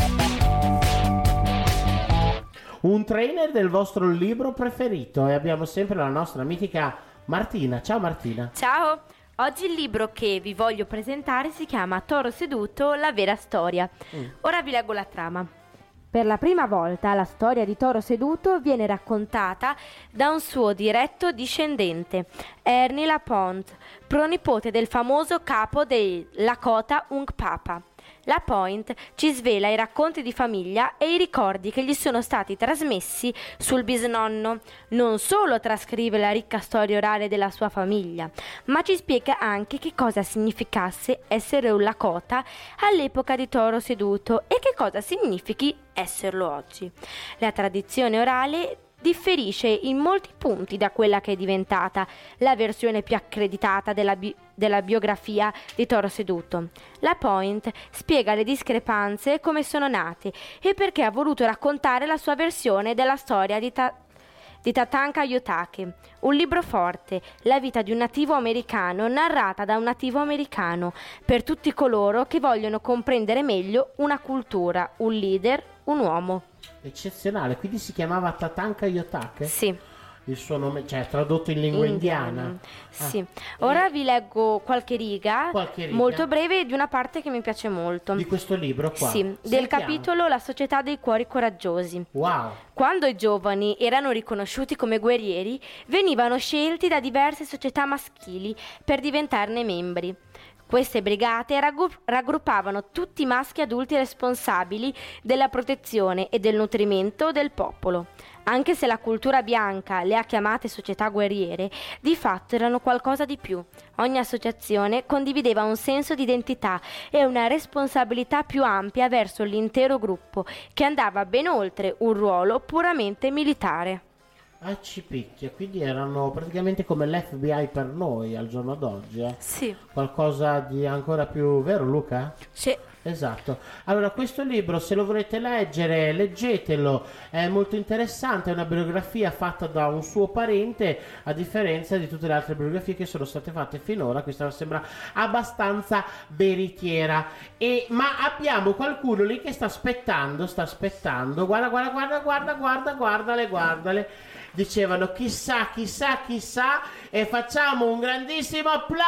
[SPEAKER 1] Un trainer del vostro libro preferito e abbiamo sempre la nostra mitica Martina. Ciao Martina.
[SPEAKER 3] Ciao. Oggi il libro che vi voglio presentare si chiama Toro seduto, la vera storia. Mm. Ora vi leggo la trama. Per la prima volta la storia di Toro seduto viene raccontata da un suo diretto discendente, Ernie LaPointe, pronipote del famoso capo dei Lakota Hunkpapa. LaPointe ci svela i racconti di famiglia e i ricordi che gli sono stati trasmessi sul bisnonno. Non solo trascrive la ricca storia orale della sua famiglia, ma ci spiega anche che cosa significasse essere un Lakota all'epoca di Toro seduto e che cosa significhi esserlo oggi. La tradizione orale differisce in molti punti da quella che è diventata la versione più accreditata della, bi- della biografia di Toro seduto. LaPointe spiega le discrepanze, come sono nate e perché ha voluto raccontare la sua versione della storia di, Ta- di Tatanka Yotake, un libro forte, la vita di un nativo americano narrata da un nativo americano, per tutti coloro che vogliono comprendere meglio una cultura, un leader, un uomo.
[SPEAKER 1] Eccezionale, quindi si chiamava Tatanka Yotake?
[SPEAKER 3] Sì.
[SPEAKER 1] Il suo nome, cioè tradotto in lingua indiana.
[SPEAKER 3] indiana. Sì. Ah. Ora vi leggo qualche riga,
[SPEAKER 1] qualche riga
[SPEAKER 3] molto breve di una parte che mi piace molto.
[SPEAKER 1] Di questo libro qua?
[SPEAKER 3] Sì,
[SPEAKER 1] Sentiamo.
[SPEAKER 3] Del capitolo La società dei cuori coraggiosi.
[SPEAKER 1] Wow.
[SPEAKER 3] Quando i giovani erano riconosciuti come guerrieri, venivano scelti da diverse società maschili per diventarne membri. Queste brigate raggu- raggruppavano tutti i maschi adulti responsabili della protezione e del nutrimento del popolo. Anche se la cultura bianca le ha chiamate società guerriere, di fatto erano qualcosa di più. Ogni associazione condivideva un senso di identità e una responsabilità più ampia verso l'intero gruppo, che andava ben oltre un ruolo puramente militare.
[SPEAKER 1] Ah, ci picchia, quindi erano praticamente come l'F B I per noi al giorno d'oggi, eh?
[SPEAKER 3] Sì.
[SPEAKER 1] Qualcosa di ancora più vero, Luca?
[SPEAKER 13] Sì.
[SPEAKER 1] Esatto. Allora, questo libro, se lo volete leggere, leggetelo, è molto interessante, è una biografia fatta da un suo parente, a differenza di tutte le altre biografie che sono state fatte finora. Questa sembra abbastanza veritiera. E, ma abbiamo qualcuno lì che sta aspettando, sta aspettando, guarda, guarda, guarda, guarda, guarda, guardale, guardale. Dicevano chissà, chissà, chissà, e facciamo un grandissimo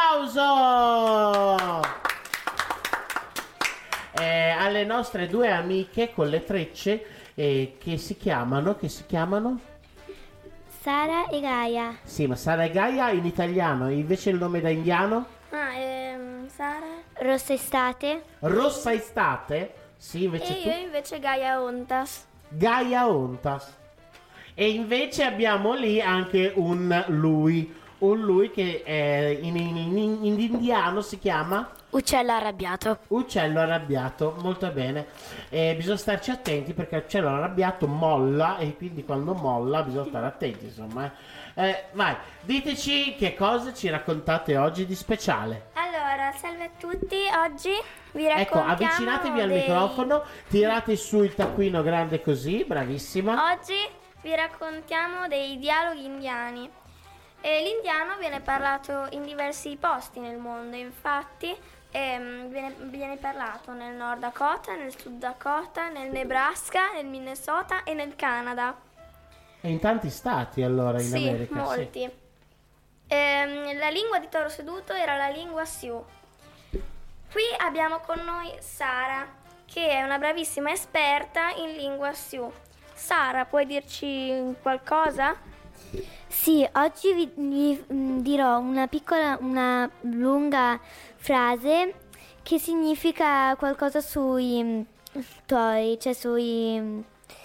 [SPEAKER 1] applauso eh, alle nostre due amiche con le trecce eh, che si chiamano, che si chiamano?
[SPEAKER 4] Sara e Gaia.
[SPEAKER 1] Sì, ma Sara e Gaia in italiano, invece il nome da indiano?
[SPEAKER 4] Ah, ehm, Sara. Rossa Estate.
[SPEAKER 1] Rossa Estate? Sì, invece
[SPEAKER 4] e
[SPEAKER 1] tu?
[SPEAKER 4] io invece Gaia Ontas.
[SPEAKER 1] Gaia Ontas. E invece abbiamo lì anche un lui, un lui che eh, in, in, in, in indiano si chiama?
[SPEAKER 4] Uccello arrabbiato.
[SPEAKER 1] Uccello arrabbiato, molto bene. Eh, bisogna starci attenti perché l'uccello arrabbiato molla e quindi quando molla bisogna stare attenti, insomma. Eh, vai, diteci che cosa ci raccontate oggi di speciale.
[SPEAKER 4] Allora, salve a tutti, oggi vi
[SPEAKER 1] Ecco,
[SPEAKER 4] raccontiamo
[SPEAKER 1] avvicinatevi al
[SPEAKER 4] dei...
[SPEAKER 1] microfono, tirate su il taccuino grande così, bravissima.
[SPEAKER 4] Oggi vi raccontiamo dei dialoghi indiani.
[SPEAKER 21] E l'indiano viene parlato in diversi posti nel mondo, infatti ehm, viene, viene parlato nel Nord Dakota, nel Sud Dakota, nel Nebraska, nel Minnesota e nel Canada.
[SPEAKER 1] E in tanti stati allora in
[SPEAKER 21] Sì,
[SPEAKER 1] America?
[SPEAKER 21] molti.
[SPEAKER 1] Sì.
[SPEAKER 21] Ehm, la lingua di Toro Seduto era la lingua Sioux. Qui abbiamo con noi Sara, che è una bravissima esperta in lingua Sioux. Sara, puoi dirci qualcosa?
[SPEAKER 4] Sì, oggi vi, vi mm, dirò una piccola, una lunga frase che significa qualcosa sui mm, tuoi, cioè sui... mm,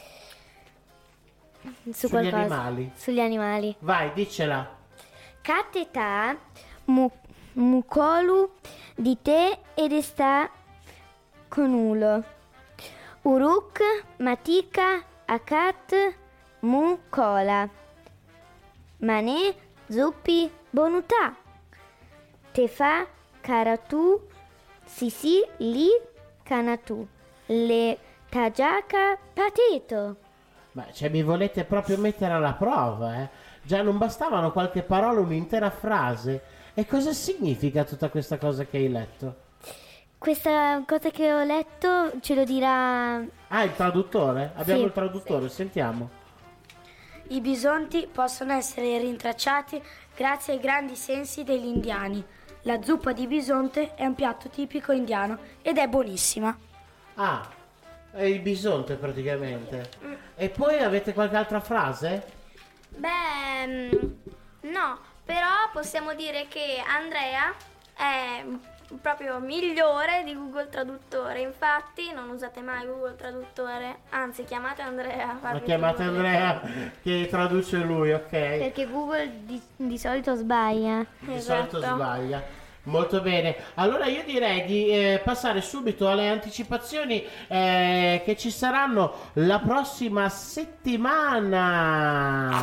[SPEAKER 4] su
[SPEAKER 1] Sugli
[SPEAKER 4] qualcosa.
[SPEAKER 1] animali.
[SPEAKER 4] Sugli animali.
[SPEAKER 1] Vai, dicela.
[SPEAKER 4] Kateta mu, mukolu di te ed sta conulo. Uruk matika akat mukola. Mane zuppi bonuta. Te fa karatu sisi li kanatu. Le tajaka pateto.
[SPEAKER 1] Ma cioè mi volete proprio mettere alla prova, eh? Già non bastavano qualche parola, un'intera frase. E cosa significa tutta questa cosa che hai letto?
[SPEAKER 4] Questa cosa che ho letto ce lo dirà...
[SPEAKER 1] Ah, il traduttore? Abbiamo
[SPEAKER 4] Sì,
[SPEAKER 1] il traduttore, sentiamo.
[SPEAKER 22] I bisonti possono essere rintracciati grazie ai grandi sensi degli indiani. La zuppa di bisonte è un piatto tipico indiano ed è buonissima.
[SPEAKER 1] Ah, è il bisonte praticamente. E poi avete qualche altra frase?
[SPEAKER 21] Beh, mm, no, però possiamo dire che Andrea è proprio migliore di Google Traduttore. Infatti non usate mai Google Traduttore, anzi chiamate Andrea.
[SPEAKER 1] Ma chiamate Andrea che traduce lui, ok?
[SPEAKER 4] Perché Google di, di solito sbaglia.
[SPEAKER 1] Di solito sbaglia. Molto bene, allora io direi di eh, passare subito alle anticipazioni eh, che ci saranno la prossima settimana.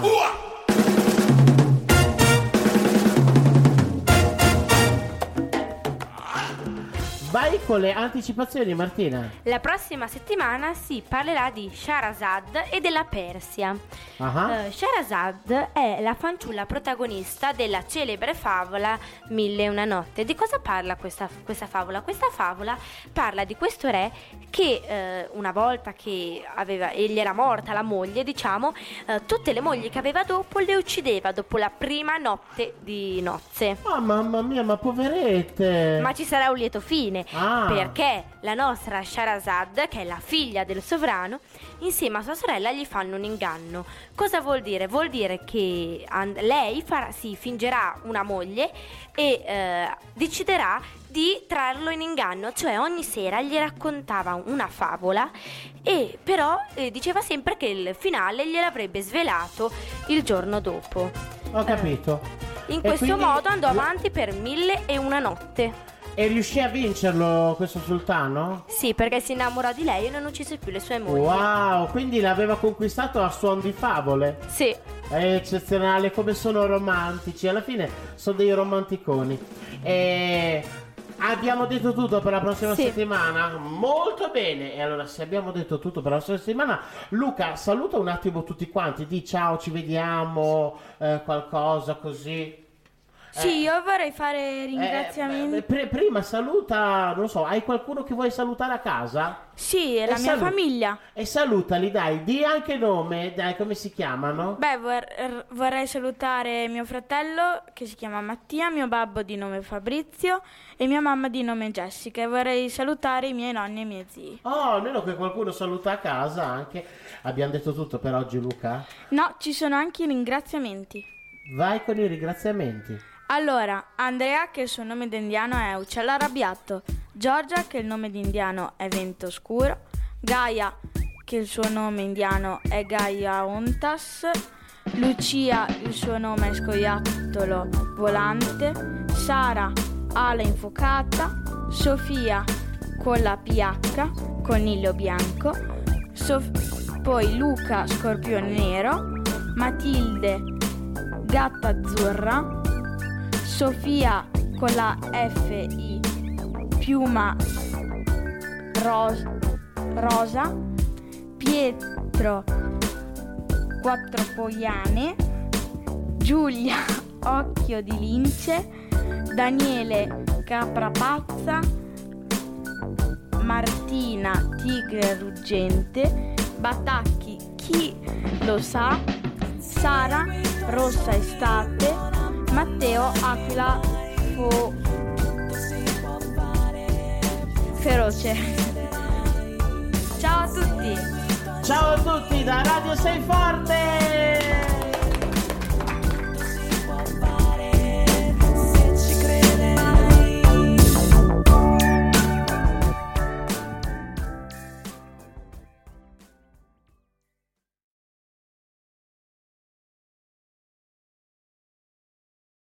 [SPEAKER 1] Vai con le anticipazioni, Martina.
[SPEAKER 3] La prossima settimana si parlerà di Shahrazad e della Persia.
[SPEAKER 1] Ah.
[SPEAKER 3] Uh, Shahrazad è la fanciulla protagonista della celebre favola Mille e una notte. Di cosa parla questa, questa favola? Questa favola parla di questo re che uh, una volta che aveva, egli era morta la moglie, diciamo, uh, tutte le mogli che aveva dopo le uccideva dopo la prima notte di nozze.
[SPEAKER 1] Oh mamma mia, ma poverette.
[SPEAKER 3] Ma ci sarà un lieto fine.
[SPEAKER 1] Ah.
[SPEAKER 3] Perché la nostra Shahrazad, che è la figlia del sovrano, insieme a sua sorella gli fanno un inganno. Cosa vuol dire? Vuol dire che and- lei farà, si fingerà una moglie e eh, deciderà di trarlo in inganno, cioè ogni sera gli raccontava una favola e però eh, diceva sempre che il finale gliel'avrebbe svelato il giorno dopo.
[SPEAKER 1] Ho capito.
[SPEAKER 3] Eh, in
[SPEAKER 1] E
[SPEAKER 3] questo
[SPEAKER 1] quindi
[SPEAKER 3] modo andò
[SPEAKER 1] la-
[SPEAKER 3] avanti per mille e una notte.
[SPEAKER 1] E riuscì a vincerlo questo sultano?
[SPEAKER 3] Sì, perché si innamorò di lei e non uccise più le sue mogli.
[SPEAKER 1] Wow, quindi l'aveva conquistato a suon di favole.
[SPEAKER 3] Sì.
[SPEAKER 1] È eccezionale, come sono romantici. Alla fine sono dei romanticoni. E abbiamo detto tutto per la prossima
[SPEAKER 3] Sì.
[SPEAKER 1] settimana? Molto bene. E allora, se abbiamo detto tutto per la prossima settimana, Luca, saluta un attimo tutti quanti. Di ciao, ci vediamo, eh, qualcosa così.
[SPEAKER 13] Sì, io vorrei fare ringraziamenti.
[SPEAKER 1] Eh, pr- prima saluta, non so, hai qualcuno che vuoi salutare a casa?
[SPEAKER 13] Sì, è
[SPEAKER 1] E
[SPEAKER 13] la mia
[SPEAKER 1] salu-
[SPEAKER 13] famiglia.
[SPEAKER 1] E salutali, dai, di anche nome, dai, come si chiamano?
[SPEAKER 13] Beh, vor- vorrei salutare mio fratello che si chiama Mattia, mio babbo di nome Fabrizio e mia mamma di nome Jessica. E vorrei salutare i miei nonni e i miei zii.
[SPEAKER 1] Oh, almeno che qualcuno saluta a casa anche. Abbiamo detto tutto per oggi, Luca?
[SPEAKER 13] No, ci sono anche i ringraziamenti.
[SPEAKER 1] Vai con i ringraziamenti.
[SPEAKER 13] Allora, Andrea, che il suo nome d'indiano è Uccello Arrabbiato, Giorgia, che il nome d'indiano è Vento Scuro, Gaia, che il suo nome indiano è Gaia Ontas, Lucia, il suo nome è Scoiattolo Volante, Sara, Ala Infuocata, Sofia, con la P H, Coniglio Bianco, Sof- poi Luca, Scorpione Nero, Matilde, Gatta Azzurra, Sofia con la F I, Piuma ros- Rosa, Pietro Quattro Poiane, Giulia Occhio di lince, Daniele Caprapazza, Martina Tigre Ruggente, Batacchi Chi lo sa, Sara Rossa Estate, Matteo Aquila Fo... Feroce. Ciao a tutti!
[SPEAKER 1] Ciao a tutti da Radio Sei Forte!